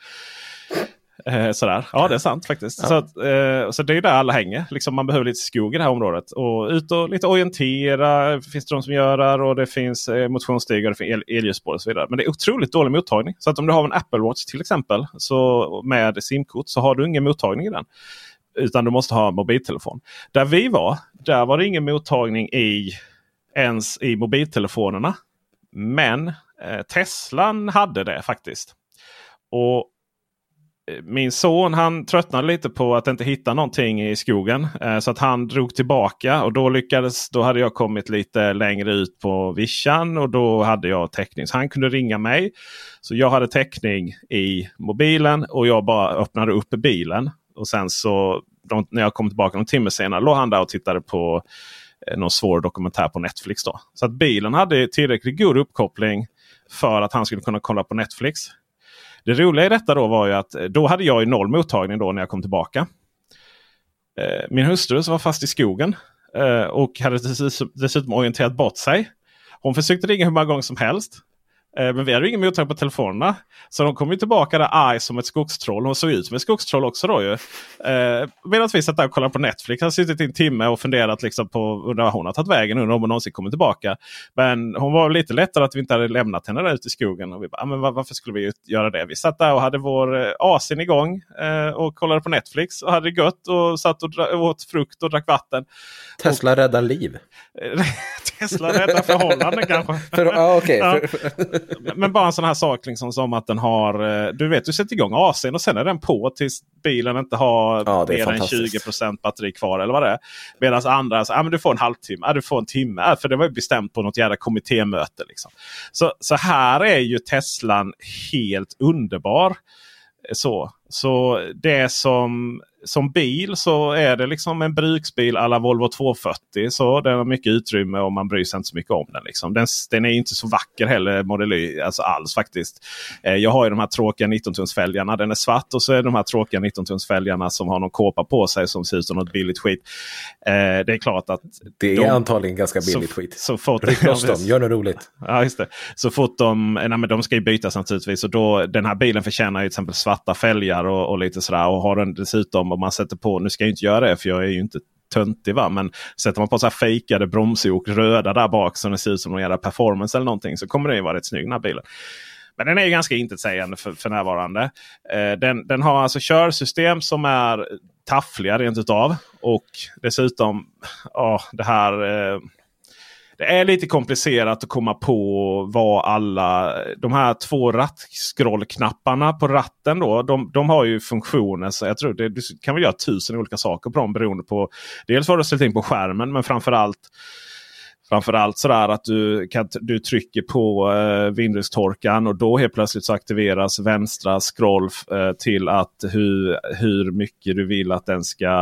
Eh, sådär. Ja, det är sant faktiskt. Ja. Så, att, eh, så det är ju där alla hänger. Liksom man behöver lite skog i det här området. Och ut och lite orientera finns det de som gör där. Och det finns eh, motionsstigar, det finns el- elljusspår och så vidare. Men det är otroligt dålig mottagning. Så att om du har en Apple Watch till exempel så med simkort så har du ingen mottagning i den. Utan du måste ha mobiltelefon. Där vi var, där var det ingen mottagning i ens i mobiltelefonerna. Men eh, Teslan hade det faktiskt. Och min son, han tröttnade lite på att inte hitta någonting i skogen. Eh, så att han drog tillbaka. Och då lyckades, då hade jag kommit lite längre ut på vischan. Och då hade jag täckning. Så han kunde ringa mig. Så jag hade täckning i mobilen. Och jag bara öppnade upp bilen. Och sen så, de, när jag kom tillbaka någon timme senare, låg han där och tittade på eh, någon svår dokumentär på Netflix då. Så att bilen hade tillräckligt god uppkoppling för att han skulle kunna kolla på Netflix. Det roliga i detta då var ju att då hade jag ju noll mottagning då när jag kom tillbaka. Eh, min hustru som var fast i skogen eh, och hade dessutom orienterat bort sig. Hon försökte ringa hur många gånger som helst. Eh, men vi hade ingen mottagning på telefonerna. Så de kom ju tillbaka där arg som ett skogstroll. Hon såg ut som ett skogstroll också då ju. Eh, medan vi satt där och kollade på Netflix. Har suttit i en timme och funderat liksom på undrar hon har tagit vägen. Undrar om hon någonsin kommer tillbaka. Men hon var lite lättare att vi inte hade lämnat henne där ute i skogen. Och vi bara, men varför skulle vi göra det? Vi satt där och hade vår eh, asen igång. Eh, och kollade på Netflix. Och hade det gött. Och satt och dra- åt frukt och drack vatten. Tesla och... räddar liv. Tesla räddar förhållanden kanske. För, ah, okay. Ja. Men bara en sån här sak liksom, som att den har, du vet, du sätter igång A C:n och sen är den på tills bilen inte har ja, mer än tjugo procent batteri kvar eller vad det är. Medan andra så, ah, men du får en halvtimme, ah, du får en timme, ah, för det var ju bestämt på något jävla kommittémöte liksom. Så, så här är ju Teslan helt underbar. Så, så det som som bil så är det liksom en bruksbil alla Volvo tvåhundrafyrtio, så den har mycket utrymme och man bryr sig inte så mycket om den liksom. Den, den är inte så vacker heller Model Y, alltså alls faktiskt. Eh, jag har ju de här tråkiga nitton-tumsfälgarna, den är svart och så är de här tråkiga nitton-tumsfälgarna som har någon kåpa på sig som ser ut som något billigt skit. Eh, det är klart att det är de, antagligen ganska billigt så, skit. Så fort ryck loss dem, gör något roligt. Ja, just det. Så fort de, nej, men de ska ju bytas naturligtvis och då, den här bilen förtjänar ju till exempel svarta fälgar och, och lite sådär, och har den dessutom om man sätter på, nu ska jag inte göra det för jag är ju inte töntig va, men sätter man på så här fejkade bromsjok röda där bak som det ser ut som någon jävla performance eller någonting, så kommer det ju vara rätt snygg den här bilen. Men den är ju ganska intetsägande för, för närvarande. Eh, den, den har alltså körsystem som är taffliga rent utav, och dessutom ja, det här eh, det är lite komplicerat att komma på vad alla de här två rattskrollknapparna på ratten då, de, de har ju funktioner, så jag tror det, du kan väl göra tusen olika saker på dem beroende på dels vad du har ställt in på skärmen, men framförallt framförallt sådär att du, kan, du trycker på eh, vindrutetorkaren och då helt plötsligt så aktiveras vänstra scroll eh, till att hur, hur mycket du vill att den ska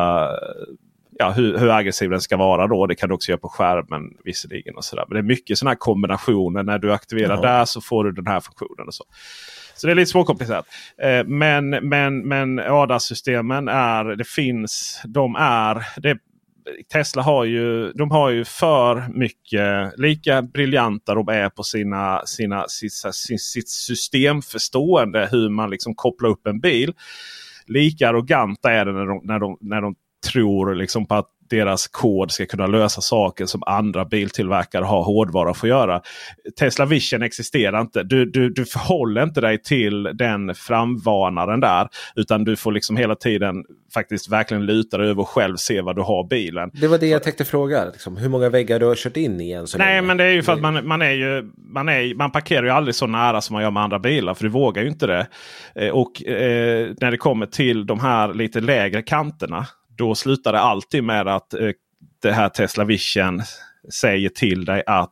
ja, hur, hur aggressiv den ska vara då. Det kan du också göra på skärmen visserligen och sådär. Men det är mycket sådana här kombinationer. När du aktiverar ja. där så får du den här funktionen och så. Så det är lite svårkomplicerat. Eh, men men, men A D A S-systemen är, det finns, de är, det, Tesla har ju, de har ju för mycket, lika briljanta de är på sina, sina, sina, sitt, sitt systemförstående, hur man liksom kopplar upp en bil. Lika arroganta är det när de, när de, när de tror liksom på att deras kod ska kunna lösa saker som andra biltillverkare har hårdvara för att göra. Tesla Vision existerar inte. Du, du, du förhåller inte dig till den framvarnaren där, utan du får liksom hela tiden faktiskt verkligen luta dig över och själv se vad du har bilen. Det var det jag tänkte fråga. Liksom, hur många väggar du har kört in i en så Nej, länge? men det är ju för att man, man är ju man, är, man parkerar ju aldrig så nära som man gör med andra bilar, för du vågar ju inte det. Eh, och eh, när det kommer till de här lite lägre kanterna, då slutar det alltid med att eh, det här Tesla Vision säger till dig att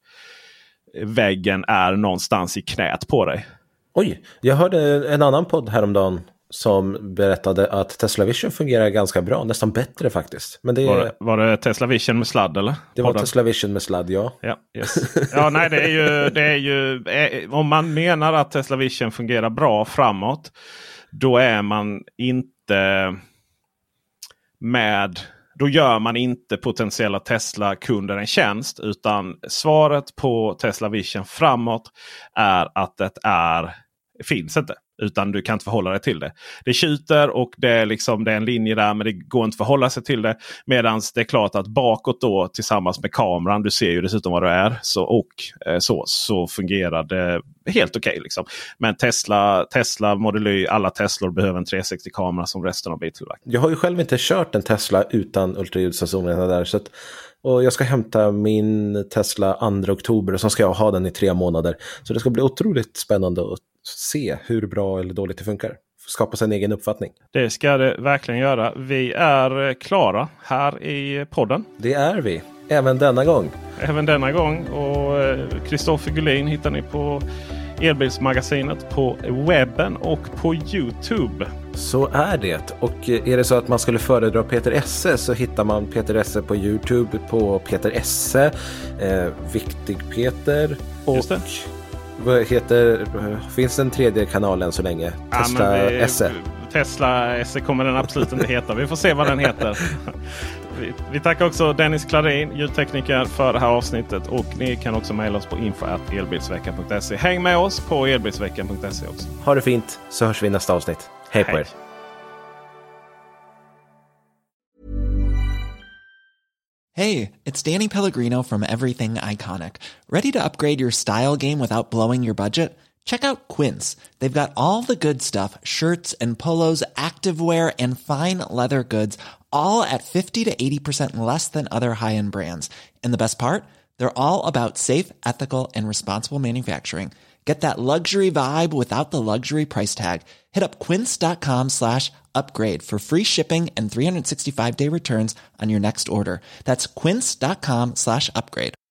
väggen är någonstans i knät på dig. Oj, jag hörde en annan podd häromdagen som berättade att Tesla Vision fungerar ganska bra, nästan bättre faktiskt. Men det... var, det, var det Tesla Vision med sladd eller? Det var Tesla Vision med sladd, ja. Ja, yes. ja nej, det är ju, det är ju eh, om man menar att Tesla Vision fungerar bra framåt, då är man inte med då gör man inte potentiella Tesla-kunder en tjänst. Utan svaret på Tesla Vision framåt är att det är, finns inte. Utan du kan inte förhålla dig till det. Det tjuter och det är, liksom, det är en linje där, men det går inte att förhålla sig till det. Medan det är klart att bakåt då tillsammans med kameran, du ser ju dessutom vad det är. Så, och eh, så, så fungerar det helt okej. Okay, liksom. Men Tesla, Tesla Model Y, alla Teslor behöver en trehundrasextio-kamera som resten av biltillverkningen. Jag har ju själv inte kört en Tesla utan ultraljudssensorerna där, så att, och jag ska hämta min Tesla andra oktober och så ska jag ha den i tre månader. Så det ska bli otroligt spännande att se hur bra eller dåligt det funkar. Skapa sig en egen uppfattning. Det ska det verkligen göra. Vi är klara här i podden. Det är vi. Även denna gång. Även denna gång. Och Kristoffer Gullin hittar ni på Elbilsmagasinet på webben och på YouTube. Så är det. Och är det så att man skulle föredra Peter Esse så hittar man Peter Esse på YouTube på Peter Esse. Eh, Viktig Peter. Och just det. Vad heter, finns den tredje kanalen så länge? Tesla ja, vi, Esse. Tesla Esse kommer den absolut inte heta. Vi får se vad den heter. vi, vi tackar också Dennis Klarin, ljudtekniker, för det här avsnittet. Och ni kan också mejla oss på info at elbilsveckan punkt se. Häng med oss på elbilsveckan punkt se också. Ha det fint, så hörs vi i nästa avsnitt. Hej på er. Hey, it's Danny Pellegrino from Everything Iconic. Ready to upgrade your style game without blowing your budget? Check out Quince. They've got all the good stuff, shirts and polos, activewear and fine leather goods, all at fifty to eighty percent less than other high-end brands. And the best part? They're all about safe, ethical and responsible manufacturing. Get that luxury vibe without the luxury price tag. Hit up quince.com slash upgrade for free shipping and three sixty-five day returns on your next order. That's quince.com slash upgrade.